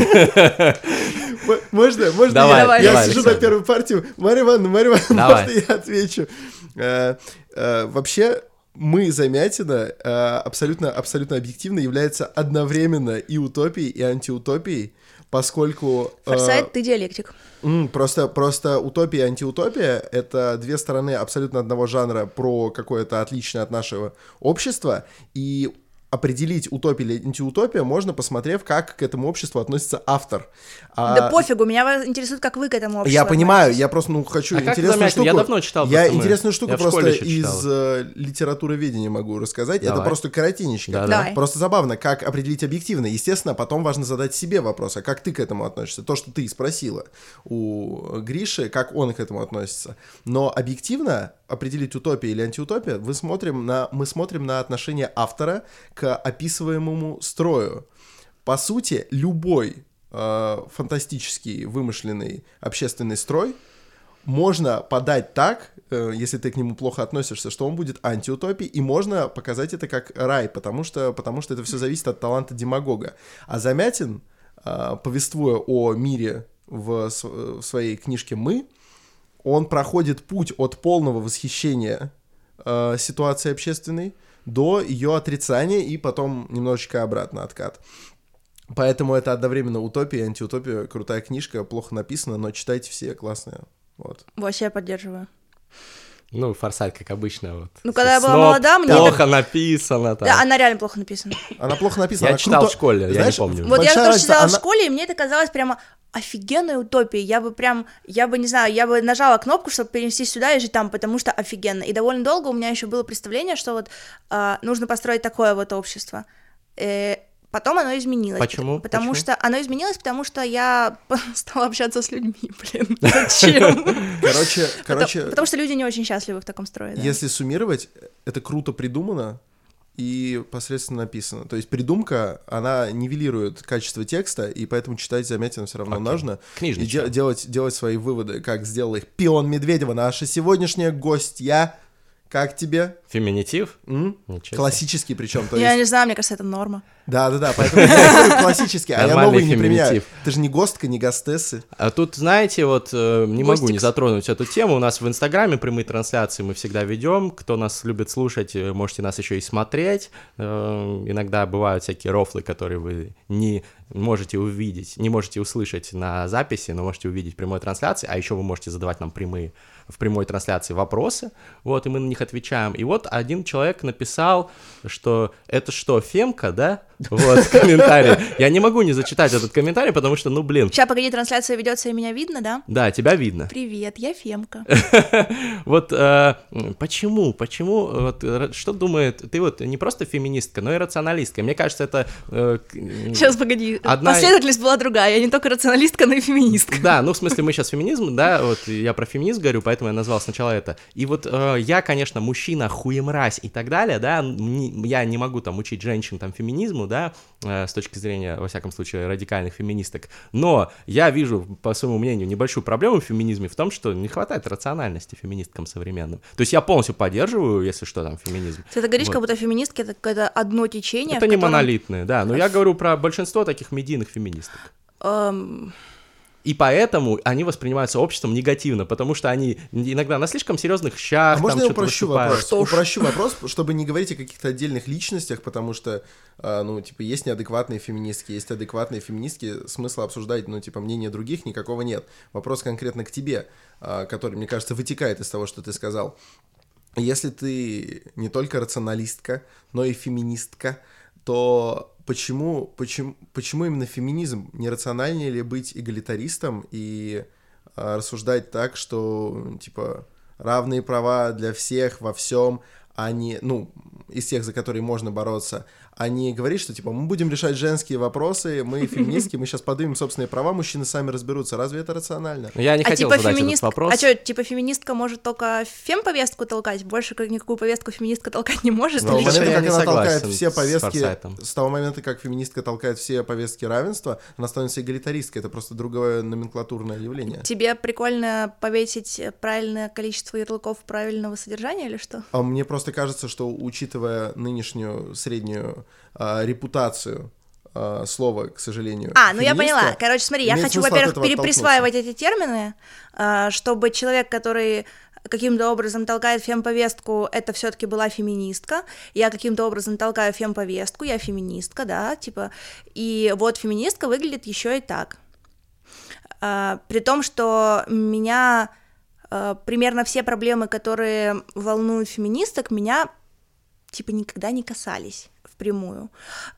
Можно? Давай, я сижу на первую партию. Марья Ивановна, можно я отвечу? Вообще, мы замятина абсолютно объективно является одновременно и утопией, и антиутопией, поскольку... Форсайт, ты диалектик. Просто утопия и антиутопия — это две стороны абсолютно одного жанра про какое-то отличное от нашего общества, и определить, утопия или антиутопия, можно, посмотрев, как к этому обществу относится автор. Да пофигу, меня интересует, как вы к этому обществу Я понимаю, я просто хочу интересную штуку. Я давно читал. Интересную штуку просто из литературоведения могу рассказать. Давай. Это просто коротенечко. Да. Просто забавно, как определить объективно. Естественно, потом важно задать себе вопрос, а как ты к этому относишься? То, что ты спросила у Гриши, как он к этому относится. Но объективно определить, утопия или антиутопия, мы смотрим на отношение автора к описываемому строю. По сути, любой фантастический, вымышленный общественный строй можно подать так, если ты к нему плохо относишься, что он будет антиутопией, и можно показать это как рай, потому что это все зависит от таланта демагога. А Замятин, повествуя о мире в своей книжке «Мы», он проходит путь от полного восхищения ситуации общественной до ее отрицания и потом немножечко обратно откат. Поэтому это одновременно утопия и антиутопия. Крутая книжка, плохо написана, но читайте все, классная. Вот. Вообще я поддерживаю. Ну, «Форсайт», как обычно, вот. Ну, когда я была Сноп, молода, мне плохо написано там. Да, она реально плохо написана. Она плохо написана. Я она читал круто- в школе, я Знаешь, не помню. Вот я большая тоже разница, читала в она- школе, и мне это казалось прямо офигенной утопией. Я бы, не знаю, я бы нажала кнопку, чтобы перенести сюда и жить там, потому что офигенно. И довольно долго у меня еще было представление, что вот нужно построить такое вот общество. Потом оно изменилось. Почему? Потому Почему? что оно изменилось, потому что я стала общаться с людьми, блин. Зачем? Короче, Потому что люди не очень счастливы в таком строе, да. если суммировать, это круто придумано и посредственно написано. То есть придумка, она нивелирует качество текста, и поэтому читать заметно все равно Окей. нужно. Книжный И человек. делать свои выводы, как сделала их Пион Медведева, наша сегодняшняя гостья. Как тебе? Феминитив? М? Ничего себе. Классический причем. То Я есть... не знаю, мне кажется, это норма. Да, поэтому я говорю классический, а я Нормальный новый не применяю. феминитив. Ты же не гостка, не гостессы. А тут, знаете, вот не могу не Гостикс. затронуть эту тему. У нас в Инстаграме прямые трансляции мы всегда ведем. Кто нас любит слушать, можете нас еще и смотреть. Иногда бывают всякие рофлы, которые вы не можете увидеть, не можете услышать на записи, но можете увидеть в прямой трансляции. А еще вы можете задавать нам в прямой трансляции вопросы, вот, и мы на них отвечаем. И вот один человек написал, что это что, фемка, да? Вот, комментарий. Я не могу не зачитать этот комментарий, потому что, ну, блин. Сейчас, погоди, трансляция ведется, и меня видно, да? Да, тебя видно. Привет, я Фемка. Вот почему, вот, что думает, ты вот не просто феминистка, но и рационалистка. Мне кажется, это... Сейчас, погоди, Одна- последовательность была другая, я не только рационалистка, но и феминистка. Да, ну, в смысле, мы сейчас феминизм, да, вот я про феминизм говорю, поэтому я назвал сначала это. И вот я, конечно, мужчина, хуемразь и так далее, да, я не могу там учить женщин там феминизму, да, с точки зрения, во всяком случае, радикальных феминисток, но я вижу, по своему мнению, небольшую проблему в феминизме в том, что не хватает рациональности феминисткам современным. То есть я полностью поддерживаю, если что, там, феминизм. Ты это говоришь, Вот. как будто феминистки — это какое-то одно течение, Это в не котором, монолитные, да, но я говорю про большинство таких медийных феминисток. эм, И поэтому они воспринимаются обществом негативно, потому что они иногда на слишком серьезных щах, А там можно я что-то упрощу выступают. вопрос? Что ж. Упрощу вопрос, чтобы не говорить о каких-то отдельных личностях, потому что, ну, типа, есть неадекватные феминистки, есть адекватные феминистки, смысла обсуждать, ну, типа, мнение других никакого нет. Вопрос конкретно к тебе, который, мне кажется, вытекает из того, что ты сказал. Если ты не только рационалистка, но и феминистка, то почему именно феминизм? Не рациональнее ли быть эгалитаристом и рассуждать так, что, типа, равные права для всех во всем, а не, ну, из тех, за которые можно бороться, а не говорить, что, типа, мы будем решать женские вопросы, мы феминистки, мы сейчас поднимем собственные права, мужчины сами разберутся. Разве это рационально? Я не хотел задать этот вопрос. А что, типа, феминистка может только фемповестку толкать? Больше никакую повестку феминистка толкать не может? С того Или Видишь, момента, я как не она толкает согласен все с повестки, Форсайтом. с того момента, как феминистка толкает все повестки равенства, она становится эгалитаристкой. Это просто другое номенклатурное явление. Тебе прикольно повесить правильное количество ярлыков правильного содержания или что? А мне просто кажется, что, учитывая нынешнюю среднюю репутацию слова, к сожалению, Ну я феминистка, поняла. Короче, смотри, я имеет хочу, смысл от во-первых, этого переприсваивать эти термины, чтобы человек, который каким-то образом толкает фемповестку, это все-таки была феминистка, я каким-то образом толкаю фемповестку, я феминистка, да, типа, и вот феминистка выглядит еще и так. При том, что меня примерно все проблемы, которые волнуют феминисток, меня типа никогда не касались впрямую.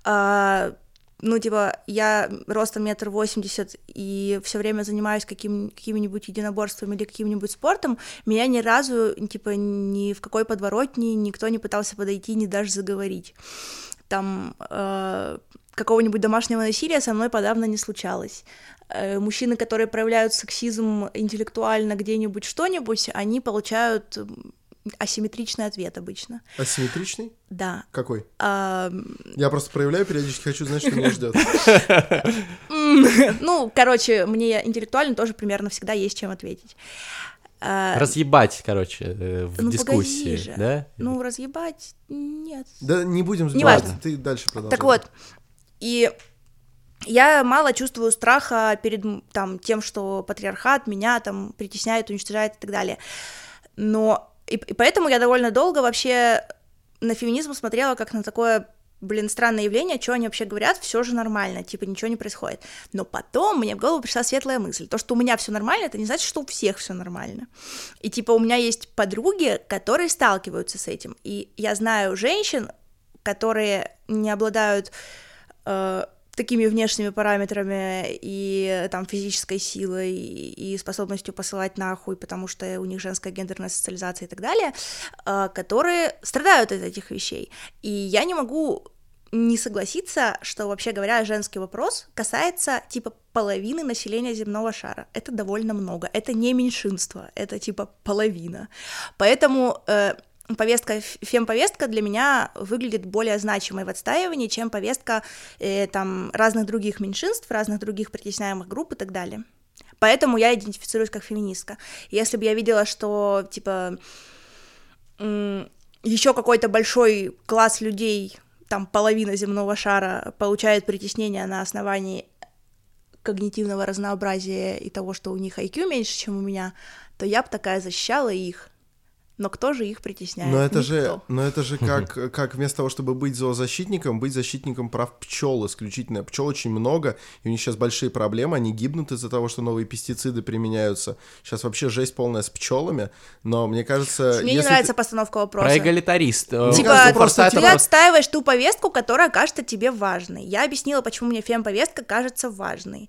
Ну, типа, я ростом 1,80 м и все время занимаюсь какими-нибудь единоборствами или каким-нибудь спортом, меня ни разу, типа, ни в какой подворотне никто не пытался подойти, ни даже заговорить. Там какого-нибудь домашнего насилия со мной подавно не случалось. Мужчины, которые проявляют сексизм интеллектуально где-нибудь что-нибудь, они получают асимметричный ответ обычно. Асимметричный? Да. Какой? Я просто проявляю периодически, хочу знать, что меня ждет. Ну, короче, мне интеллектуально тоже примерно всегда есть чем ответить. Разъебать, короче, в дискуссии, погоди же. да? Ну, разъебать нет. Да не будем Не сбивать, важно. ты дальше продолжай. Так вот, и я мало чувствую страха перед там, тем, что патриархат меня там притесняет, уничтожает и так далее. Но и поэтому я довольно долго вообще на феминизм смотрела как на такое блин, странное явление, что они вообще говорят, все же нормально, типа ничего не происходит. Но потом мне в голову пришла светлая мысль, то, что у меня все нормально, это не значит, что у всех все нормально. И типа у меня есть подруги, которые сталкиваются с этим, и я знаю женщин, которые не обладают такими внешними параметрами и там физической силой и способностью посылать нахуй, потому что у них женская гендерная социализация и так далее, которые страдают от этих вещей. И я не могу не согласиться, что, вообще говоря, женский вопрос касается типа половины населения земного шара. Это довольно много, это не меньшинство, это типа половина. Поэтому фемповестка для меня выглядит более значимой в отстаивании, чем повестка там разных других меньшинств, разных других притесняемых групп и так далее. Поэтому я идентифицируюсь как феминистка. Если бы я видела, что типа еще какой-то большой класс людей, там половина земного шара, получает притеснение на основании когнитивного разнообразия и того, что у них IQ меньше, чем у меня, то я бы такая защищала их. Но кто же их притесняет? Но это Никто. же как вместо того, чтобы быть защитником прав пчел исключительно. Пчел очень много, и у них сейчас большие проблемы, они гибнут из-за того, что новые пестициды применяются. Сейчас вообще жесть полная с пчелами, но мне кажется... Мне не нравится постановка вопроса. Про эгалитарист. Типа, ты отстаиваешь ту повестку, которая кажется тебе важной. Я объяснила, почему мне фемповестка кажется важной.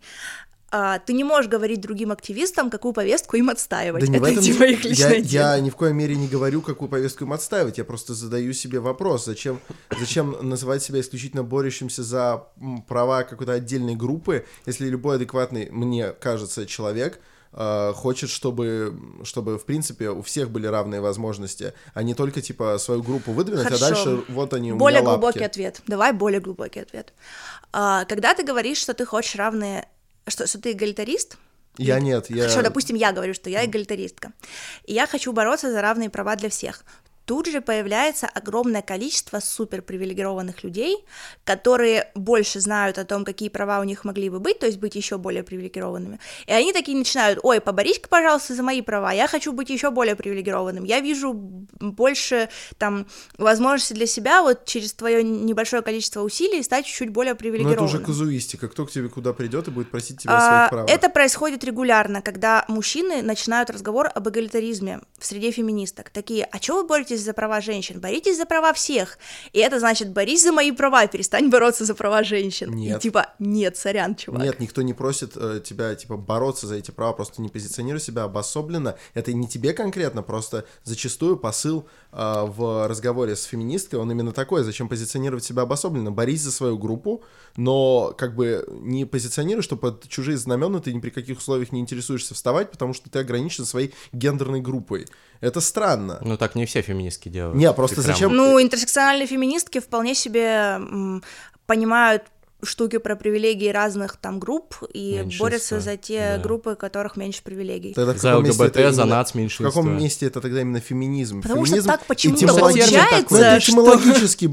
Ты не можешь говорить другим активистам, какую повестку им отстаивать. Да это типа их личное дело. Я ни в коей мере не говорю, какую повестку им отстаивать, я просто задаю себе вопрос, зачем называть себя исключительно борющимся за права какой-то отдельной группы, если любой адекватный, мне кажется, человек хочет, чтобы, в принципе, у всех были равные возможности, а не только, типа, свою группу выдвинуть, Хорошо. А дальше вот они у более меня лапки. глубокий ответ. Давай более глубокий ответ. Когда ты говоришь, что ты хочешь равные... Что ты эгалитарист? Я нет, я... Хорошо, допустим, я говорю, что я эгалитаристка, и я хочу бороться за равные права для всех. Тут же появляется огромное количество суперпривилегированных людей, которые больше знают о том, какие права у них могли бы быть, то есть быть еще более привилегированными. И они такие начинают: ой, поборись-ка, пожалуйста, за мои права, я хочу быть еще более привилегированным, я вижу больше там возможностей для себя вот через твое небольшое количество усилий стать чуть-чуть более привилегированным. Но это уже казуистика, кто к тебе куда придет и будет просить тебя о своих правах. Это происходит регулярно, когда мужчины начинают разговор об эгалитаризме в среде феминисток. Такие: а чего вы боретесь за права женщин? Боритесь за права всех. И это значит: борись за мои права, перестань бороться за права женщин. Нет. И типа, нет, сорян, чувак. Нет, никто не просит тебя, типа, бороться за эти права, просто не позиционируй себя обособленно. Это не тебе конкретно, просто зачастую посыл в разговоре с феминисткой, он именно такой: зачем позиционировать себя обособленно? Борись за свою группу, но как бы не позиционируй, что под чужие знамена ты ни при каких условиях не интересуешься вставать, потому что ты ограничен своей гендерной группой. Это странно. Ну так не все феминистки делают. Не, просто Ты прям- зачем... Ну, интерсекциональные феминистки вполне себе понимают штуки про привилегии разных там групп и Меньшинства, борются за те да. группы, у которых меньше привилегий. Тогда в За каком месте ЛГБТ, это за именно- нацменьшинство. В каком месте это тогда именно феминизм? Потому Феминизм что так почему-то этимологически- получается, Ну, это что... этимологически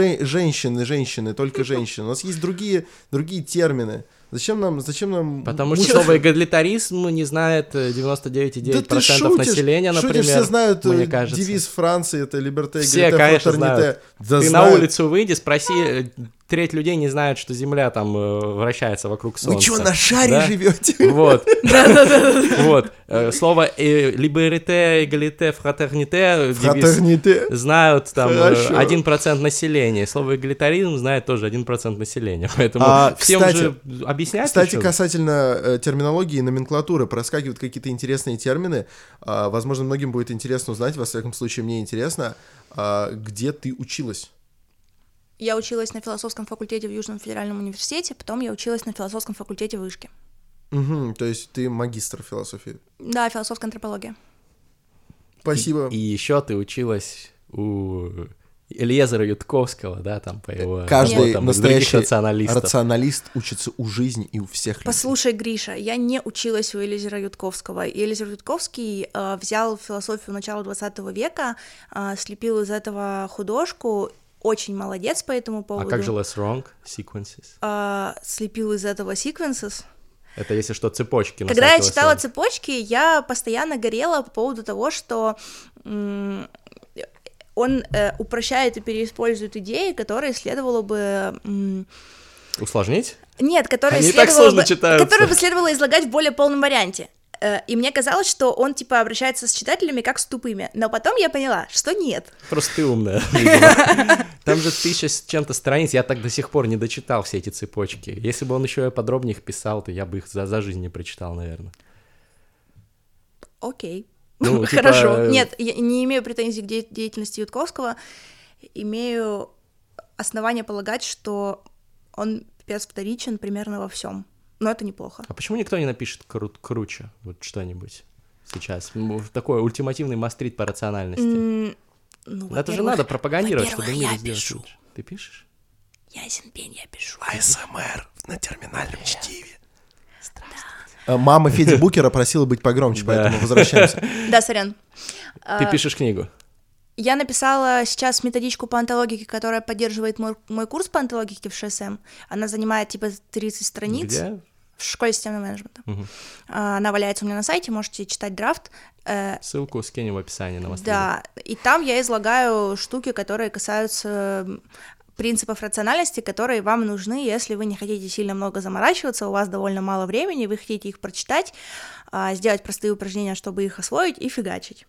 женщины, только женщины. У нас есть другие термины. Зачем нам... Потому что мучить- слово эгалитаризм не знает 99,9% Да ты шутишь, населения, например. все знают мне кажется. девиз Франции, это «Liberté, Все, égalité, конечно, fraternité». знают. Да Ты знают. на улицу выйди, спроси, треть людей не знают, что Земля там вращается вокруг Солнца. Вы что, на шаре Да? живете? Вот. Вот. Слово «liberté, égalité, fraternité» девиз Фратерните. знают там Хорошо. 1% населения. Слово эгалитаризм знает тоже 1% населения. Поэтому всем кстати, же объяснять Кстати, ещё? касательно терминологии и номенклатуры, проскакивают какие-то интересные термины. Возможно, многим будет интересно узнать, во всяком случае, мне интересно, где ты училась? Я училась на философском факультете в Южном федеральном университете, потом я училась на философском факультете вышки. Угу, то есть ты магистр философии. Да, философская антропология. Спасибо. И еще ты училась у Элиезера Ютковского, да, там по его Каждый работам, из других настоящий рационалистов. рационалист учится у жизни и у всех людей. Послушай, Гриша, я не училась у Элизера Ютковского. Элизер Ютковский взял философию начала 20 века, слепил из этого художку, очень молодец по этому поводу. А как же less wrong sequences? Слепил из этого sequences. Это, если что, цепочки. на Когда я всякого читала слова. цепочки, я постоянно горела по поводу того, что он упрощает и переиспользует идеи, которые следовало бы... Усложнить? Нет, которые Они так сложно читаются. Которые бы следовало излагать в более полном варианте. И мне казалось, что он, типа, обращается с читателями как с тупыми. Но потом я поняла, что нет. Просто ты умная, видимо. Там же 1000 с чем-то страниц, я так до сих пор не дочитал все эти цепочки. Если бы он еще подробнее их писал, то я бы их за жизнь не прочитал, наверное. Окей. Ну, типа... Хорошо. Нет, я не имею претензий к деятельности Ютковского. Имею основания полагать, что он пипец вторичен примерно во всем. Но это неплохо. А почему никто не напишет круче вот что-нибудь сейчас? Такой ультимативный мастрит по рациональности. Это же надо пропагандировать, чтобы мир сделать лучше. Ты пишешь? Ясен пень, я пишу. АСМР на терминальном чтиве. Мама Феди Букера просила быть погромче, поэтому возвращаемся. Да, сорян. Ты пишешь книгу? Я написала сейчас методичку по онтологике, которая поддерживает мой курс по онтологике в ШСМ. Она занимает типа 30 страниц. Где? В школе системного менеджмента. Она валяется у меня на сайте, можете читать драфт. Ссылку скинем в описании на Мастридах. Да, и там я излагаю штуки, которые касаются принципов рациональности, которые вам нужны, если вы не хотите сильно много заморачиваться, у вас довольно мало времени, вы хотите их прочитать, сделать простые упражнения, чтобы их освоить, и фигачить.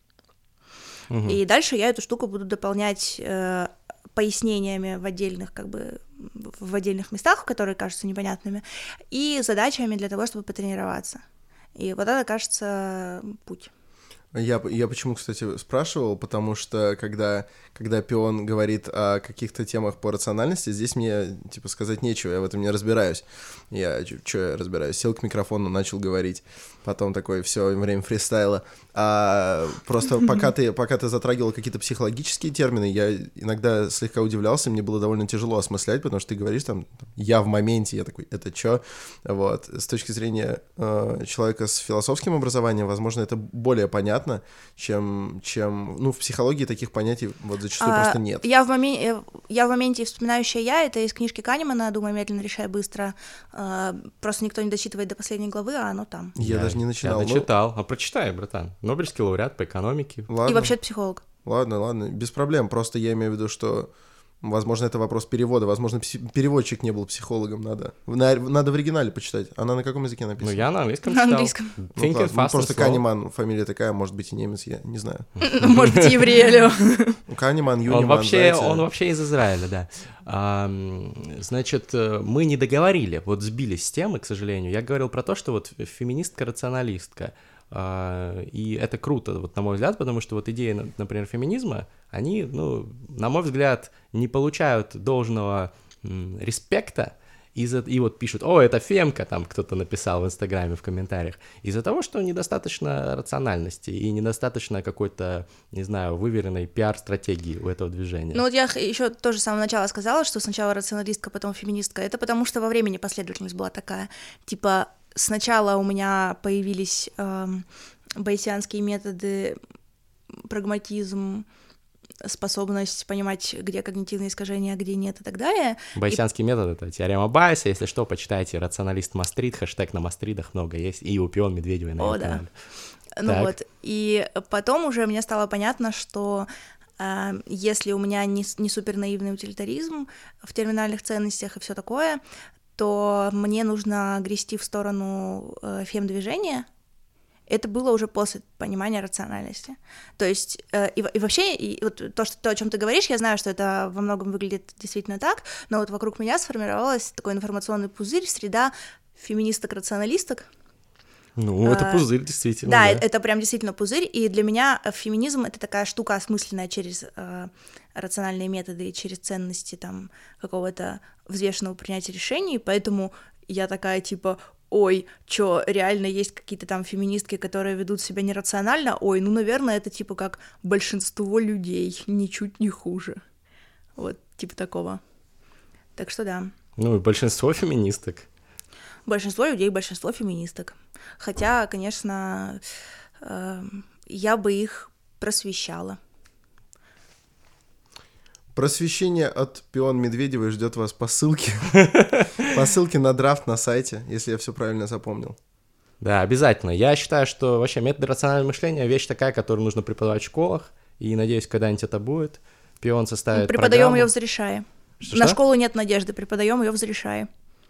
И дальше я эту штуку буду дополнять пояснениями в отдельных, как бы, в отдельных местах, которые кажутся непонятными, и задачами для того, чтобы потренироваться. И вот это, кажется, путь. Я почему, кстати, спрашивал, потому что когда Пион говорит о каких-то темах по рациональности, здесь мне, типа, сказать нечего, я в этом не разбираюсь. Я разбираюсь? Сел к микрофону, начал говорить, потом такое все время фристайла. Просто пока ты затрагивал какие-то психологические термины, я иногда слегка удивлялся, мне было довольно тяжело осмыслять, потому что ты говоришь там, я в моменте, я такой, это чё? Вот. С точки зрения человека с философским образованием, возможно, это более понятно, чем ну, в психологии таких понятий вот зачастую просто нет. Я в моменте вспоминающая я, это из книжки Канемана «Думай медленно, решай быстро». Просто никто не дочитывает до последней главы, а оно там. Я даже не начинал. Я дочитал. А прочитай, братан. Нобелевский лауреат по экономике. Ладно. И вообще психолог. Ладно, без проблем. Просто я имею в виду, что, возможно, это вопрос перевода. Возможно, переводчик не был психологом. Надо в оригинале почитать. Она на каком языке написана? Ну, я на английском читал. На английском. Thinking fast просто and slow. Канеман, фамилия такая, может быть, и немец, я не знаю. Может быть, еврей, алло. Канеман, Юниман, он вообще из Израиля, да. Значит, мы не договорили, вот сбились с темы, к сожалению. Я говорил про то, что вот феминистка-рационалистка, и это круто, вот на мой взгляд, потому что вот идеи, например, феминизма, они, ну, на мой взгляд, не получают должного респекта, и вот пишут, о, это фемка, там кто-то написал в Инстаграме в комментариях, из-за того, что недостаточно рациональности и недостаточно какой-то, не знаю, выверенной пиар-стратегии у этого движения. Ну вот я еще тоже с самого начала сказала, что сначала рационалистка, потом феминистка, это потому что во времени последовательность была такая, типа сначала у меня появились байесианские методы, прагматизм, способность понимать, где когнитивные искажения, а где нет и так далее. Байесианский метод — это теорема Байеса, если что, почитайте «Рационалист Мастрид», хэштег на Мастридах много есть, и у Пион Медведевой на его канале. Ну вот, и потом уже мне стало понятно, что если у меня не супер наивный утилитаризм в терминальных ценностях и все такое, то мне нужно грести в сторону фем-движения. Это было уже после понимания рациональности. То есть, и вообще, и вот то, о чем ты говоришь, я знаю, что это во многом выглядит действительно так, но вот вокруг меня сформировалась такой информационный пузырь, среда феминисток-рационалисток. Ну, это пузырь, действительно. Да, это прям действительно пузырь, и для меня феминизм — это такая штука осмысленная через рациональные методы и через ценности там какого-то взвешенного принятия решений, поэтому я такая, типа, ой, чё, реально есть какие-то там феминистки, которые ведут себя нерационально? Ой, ну, наверное, это типа как большинство людей, ничуть не хуже. Вот, типа такого. Так что да. Ну, и большинство феминисток. Большинство людей, большинство феминисток. Хотя, конечно, я бы их просвещала. Просвещение от Пион Медведевой ждет вас по ссылке. По ссылке на драфт на сайте, если я все правильно запомнил. Да, обязательно. Я считаю, что вообще метод рационального мышления — вещь такая, которую нужно преподавать в школах, и надеюсь, когда-нибудь это будет. Пион составит Преподаем программу. ее в Зарешае. Что-что? На школу нет надежды, преподаем ее в Зарешае.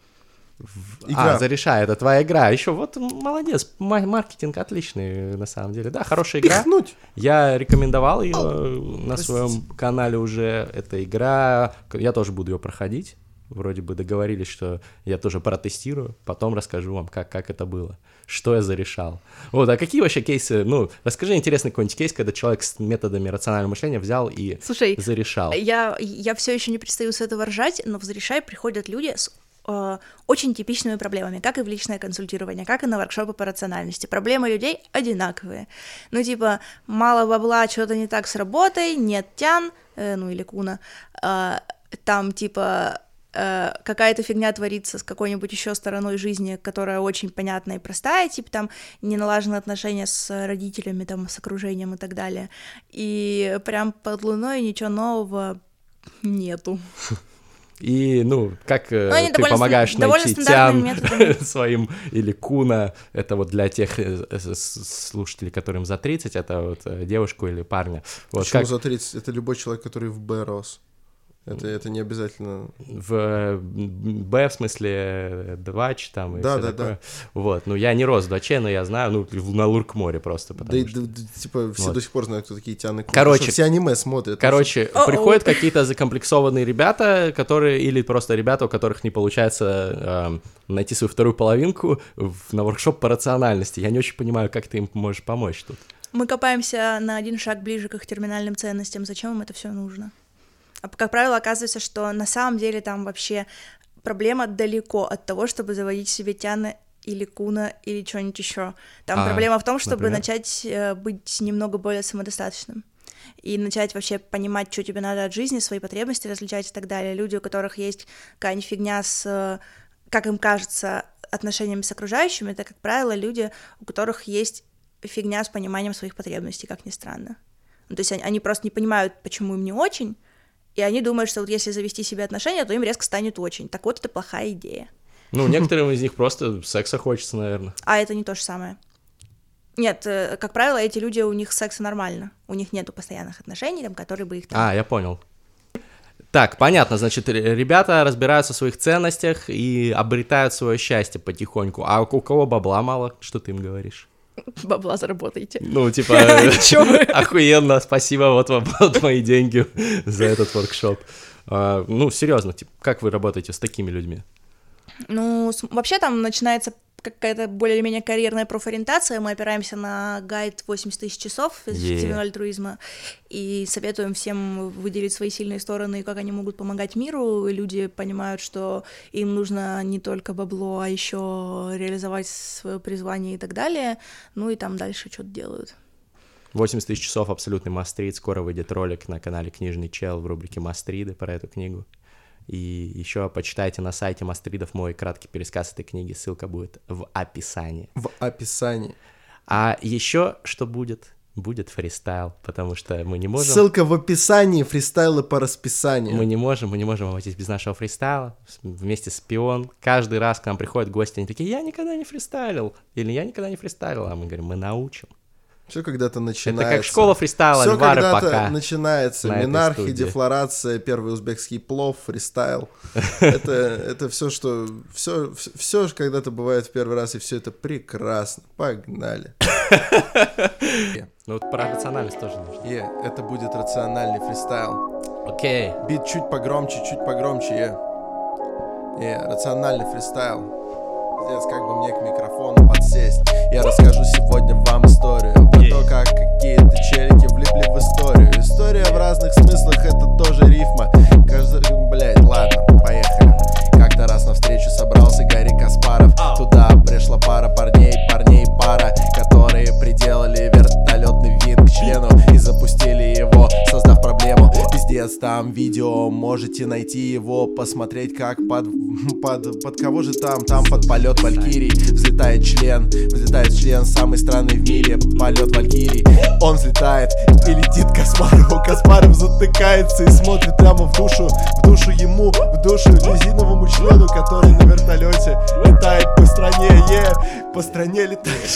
Игра. Зарешай, это твоя игра. Еще вот молодец, маркетинг отличный, на самом деле. Да, хорошая игра. Пихнуть. Я рекомендовал ее на своем канале уже. Эта игра, я тоже буду ее проходить. Вроде бы договорились, что я тоже протестирую, потом расскажу вам, как это было, что я зарешал. Вот, а какие вообще кейсы, ну, расскажи интересный какой-нибудь кейс, когда человек с методами рационального мышления взял и Слушай, зарешал. я все еще не перестаю с этого ржать, но в Зарешай приходят люди с очень типичными проблемами, как и в личное консультирование, как и на воркшопы по рациональности. Проблемы людей одинаковые. Ну, типа, мало бабла, что-то не так с работой, нет тян, ну, или куна, там, типа, какая-то фигня творится с какой-нибудь еще стороной жизни, которая очень понятная и простая, типа, там, не налажены отношения с родителями, там, с окружением и так далее. И прям под луной ничего нового нету. И, ну, как они ты помогаешь довольно найти стандартными тян методами. своим или куна, это вот для тех слушателей, которым за 30, это вот девушку или парня. Вот Почему как за 30? Это любой человек, который в Б рос. Это не обязательно... в Б, в смысле, 2Ч там и Да, всё да, такое. да. Вот, ну, я не рос в 2Ч, но я знаю, ну, на Лурк-море просто, потому что... Типа, все Вот. до сих пор знают, кто такие Тяны Кун. Короче, Потому что все аниме смотрят. Короче, приходят какие-то закомплексованные ребята, которые, или просто ребята, у которых не получается найти свою вторую половинку на воркшоп по рациональности. Я не очень понимаю, как ты им можешь помочь тут. Мы копаемся на один шаг ближе к их терминальным ценностям. Зачем им это все нужно? А как правило, оказывается, что на самом деле там вообще проблема далеко от того, чтобы заводить себе тяны или куна или что-нибудь еще. Там проблема в том, чтобы например? начать быть немного более самодостаточным и начать вообще понимать, что тебе надо от жизни, свои потребности различать и так далее. Люди, у которых есть какая-нибудь фигня с, как им кажется, отношениями с окружающими, это, как правило, люди, у которых есть фигня с пониманием своих потребностей, как ни странно. Ну, то есть они просто не понимают, почему им не очень, и они думают, что вот если завести себе отношения, то им резко станет очень. Так вот, это плохая идея. Ну, некоторым из них просто секса хочется, наверное. А это не то же самое. Нет, как правило, эти люди, у них секса нормально. У них нету постоянных отношений, там, которые бы их там... Я понял. Так, понятно, значит, ребята разбираются в своих ценностях и обретают свое счастье потихоньку. А у кого бабла мало, что ты им говоришь? Бабла заработаете. Ну, типа, Чё вы? охуенно, спасибо, вот вам вот мои деньги за этот воркшоп. Ну, серьезно, типа, как вы работаете с такими людьми? Ну, вообще там начинается какая-то более-менее карьерная профориентация. Мы опираемся на гайд 80 тысяч часов из эффективного альтруизма и советуем всем выделить свои сильные стороны и как они могут помогать миру. И люди понимают, что им нужно не только бабло, а еще реализовать свое призвание и так далее. Ну и там дальше что-то делают. 80 тысяч часов, абсолютный мастрид. Скоро выйдет ролик на канале Книжный Чел в рубрике «Мастриды» про эту книгу. И еще почитайте на сайте Мастридов мой краткий пересказ этой книги, ссылка будет в описании. В описании. А еще что будет? Будет фристайл, потому что мы не можем... Ссылка в описании, фристайлы по расписанию. Мы не можем обойтись без нашего фристайла. Вместе с Пион. Каждый раз к нам приходят гости, они такие, я никогда не фристайлил. Или я никогда не фристайлил. А мы говорим, мы научим. Все когда-то начинается. Это как школа фристайла, Всё Альвары когда-то пока. начинается. на этой Минархи, студии. дефлорация, первый узбекский плов, фристайл. Это все, что... Все когда-то бывает в первый раз, и все это прекрасно. Погнали. Ну вот про рациональность тоже нужно. Это будет рациональный фристайл. Окей. Бит чуть погромче, рациональный фристайл. Здесь как бы мне к микрофону подсесть. Я расскажу сегодня вам историю про то, как какие-то челики влипли в историю. История в разных смыслах, это тоже рифма. Блять, ладно, поехали. Как-то раз на встречу собрался Гарри Каспаров. Туда пришла пара парней пара, которые приделали вертолетный винт к члену и запустили его, создав проблему. Пиздец, там видео, можете найти его, посмотреть, как под кого же там под полет Валькирий взлетает член, самый странный в мире полет Валькирий. Он взлетает и летит к Каспарову. Каспаров затыкается и смотрит прямо в душу резиновому члену, который на вертолете летает по стране. По стране летает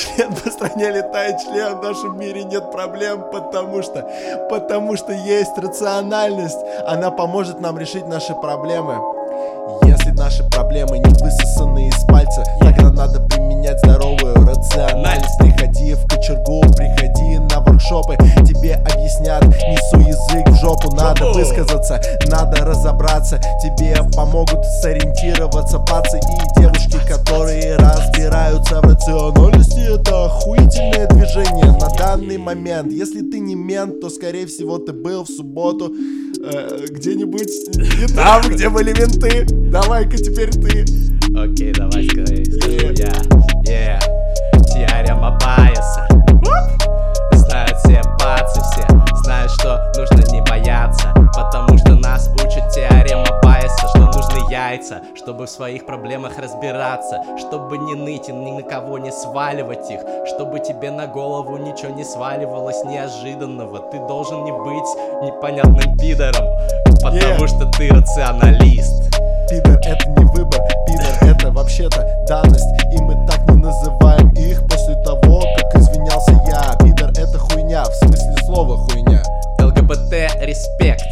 член. В нашем мире нет проблем, потому что есть рациональность. рациональность, она поможет нам решить наши проблемы. Если наши проблемы не высосаны из пальца, тогда надо применять здоровую рациональность. Приходи в кочергу, приходи на воркшопы, тебе объяснят, не суй язык в жопу. Надо высказаться, надо разобраться, тебе помогут сориентироваться пацы и девушки, которые разбираются в рациональности. Это охуительное движение на данный момент. Если ты не мент, то скорее всего ты был в субботу где-нибудь не там, где были менты. Давай-ка теперь ты. Окей, давай скажу я. Теорема Байеса. Знают все пацы, все знают, что нужно не бояться, потому что нас учат теорема Байеса, что нужны яйца, чтобы в своих проблемах разбираться, чтобы не ныть и ни на кого не сваливать их, чтобы тебе на голову ничего не сваливалось неожиданного. Ты должен не быть непонятным пидором, потому что ты рационалист. Пидор — это не выбор, пидор — это вообще-то данность, и мы так не называем их после того, как извинялся я. Пидор — это хуйня, в смысле слова хуйня. ЛГБТ — респект.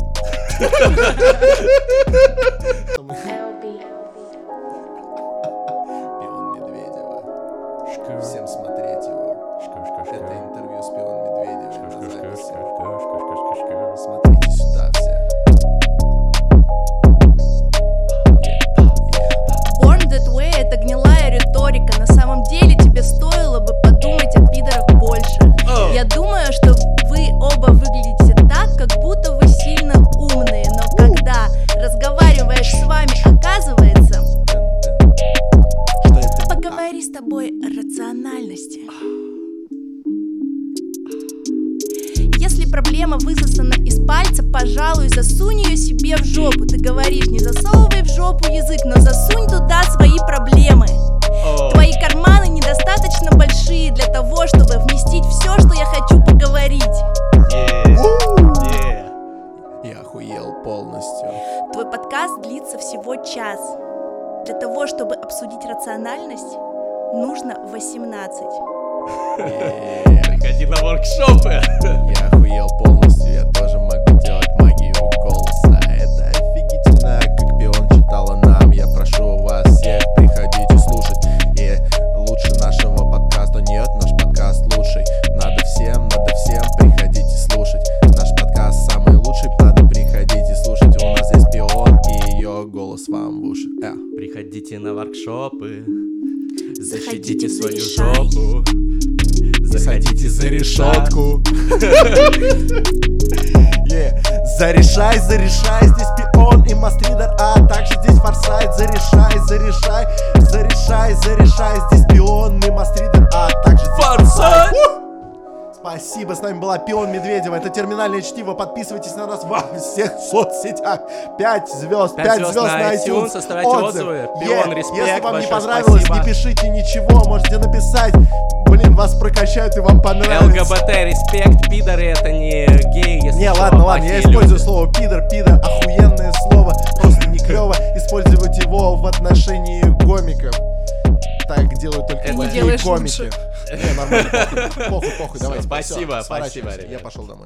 Пион Медведева. Всем смотреть его. Это интервью с Пион Медведевым на записи. Смотрите сюда все. Born That Way — это гнилая риторика. На самом деле тебе стоило бы подумать о пидорах больше. Я думаю, что вы оба выглядите так, как будто вы сильно умные, но когда разговариваешь с вами, оказывается, поговори с тобой о рациональности. Если проблема высосана из пальца, пожалуй, засунь ее себе в жопу. Ты говоришь, не засовывай в жопу язык, но засунь туда свои проблемы. Твои карманы недостаточно большие для того, чтобы вместить все, что я хочу поговорить. Я охуел полностью. Твой подкаст длится всего час. Для того, чтобы обсудить рациональность, нужно 18. Приходи на воркшопы. Я охуел полностью, я тоже могу делать магию голоса. Это офигительно, как Пион читала нам. Я прошу вас всех, приходите слушать. И лучше нашего подкаста нет, наш подкаст лучший. Надо всем приходите слушать. Наш подкаст самый лучший, надо приходите слушать. У нас здесь Пион и ее голос вам в уши. Приходите на воркшопы, Заходите защитите в свою «Зарешай». жопу. Заходите за решетку. Зарешай, здесь Пион и Мастридер, а также здесь Форсайт. Зарешай, здесь Пион и Мастридер, а также здесь Форсайт. Спасибо, с нами была Пион Медведева. Это терминальное чтиво. Подписывайтесь на нас во всех соцсетях. 5 звезд, 5 звезд на iTunes. Оставляйте отзывы. Пион, респект. Если вам не большое понравилось, спасибо. не пишите ничего. Можете написать. Блин, вас прокачают и вам понравится. ЛГБТ, респект, пидоры это не геи, если Не, что, ладно, я плохие использую люди. слово пидор, охуенное слово, просто не клево использовать его в отношении комиков. Так делают только Это плохие делаешь комики. лучше. Не, нормально, похуй, давайте. Спасибо, всё, спасибо, сворачиваемся. ребят. Я пошел домой.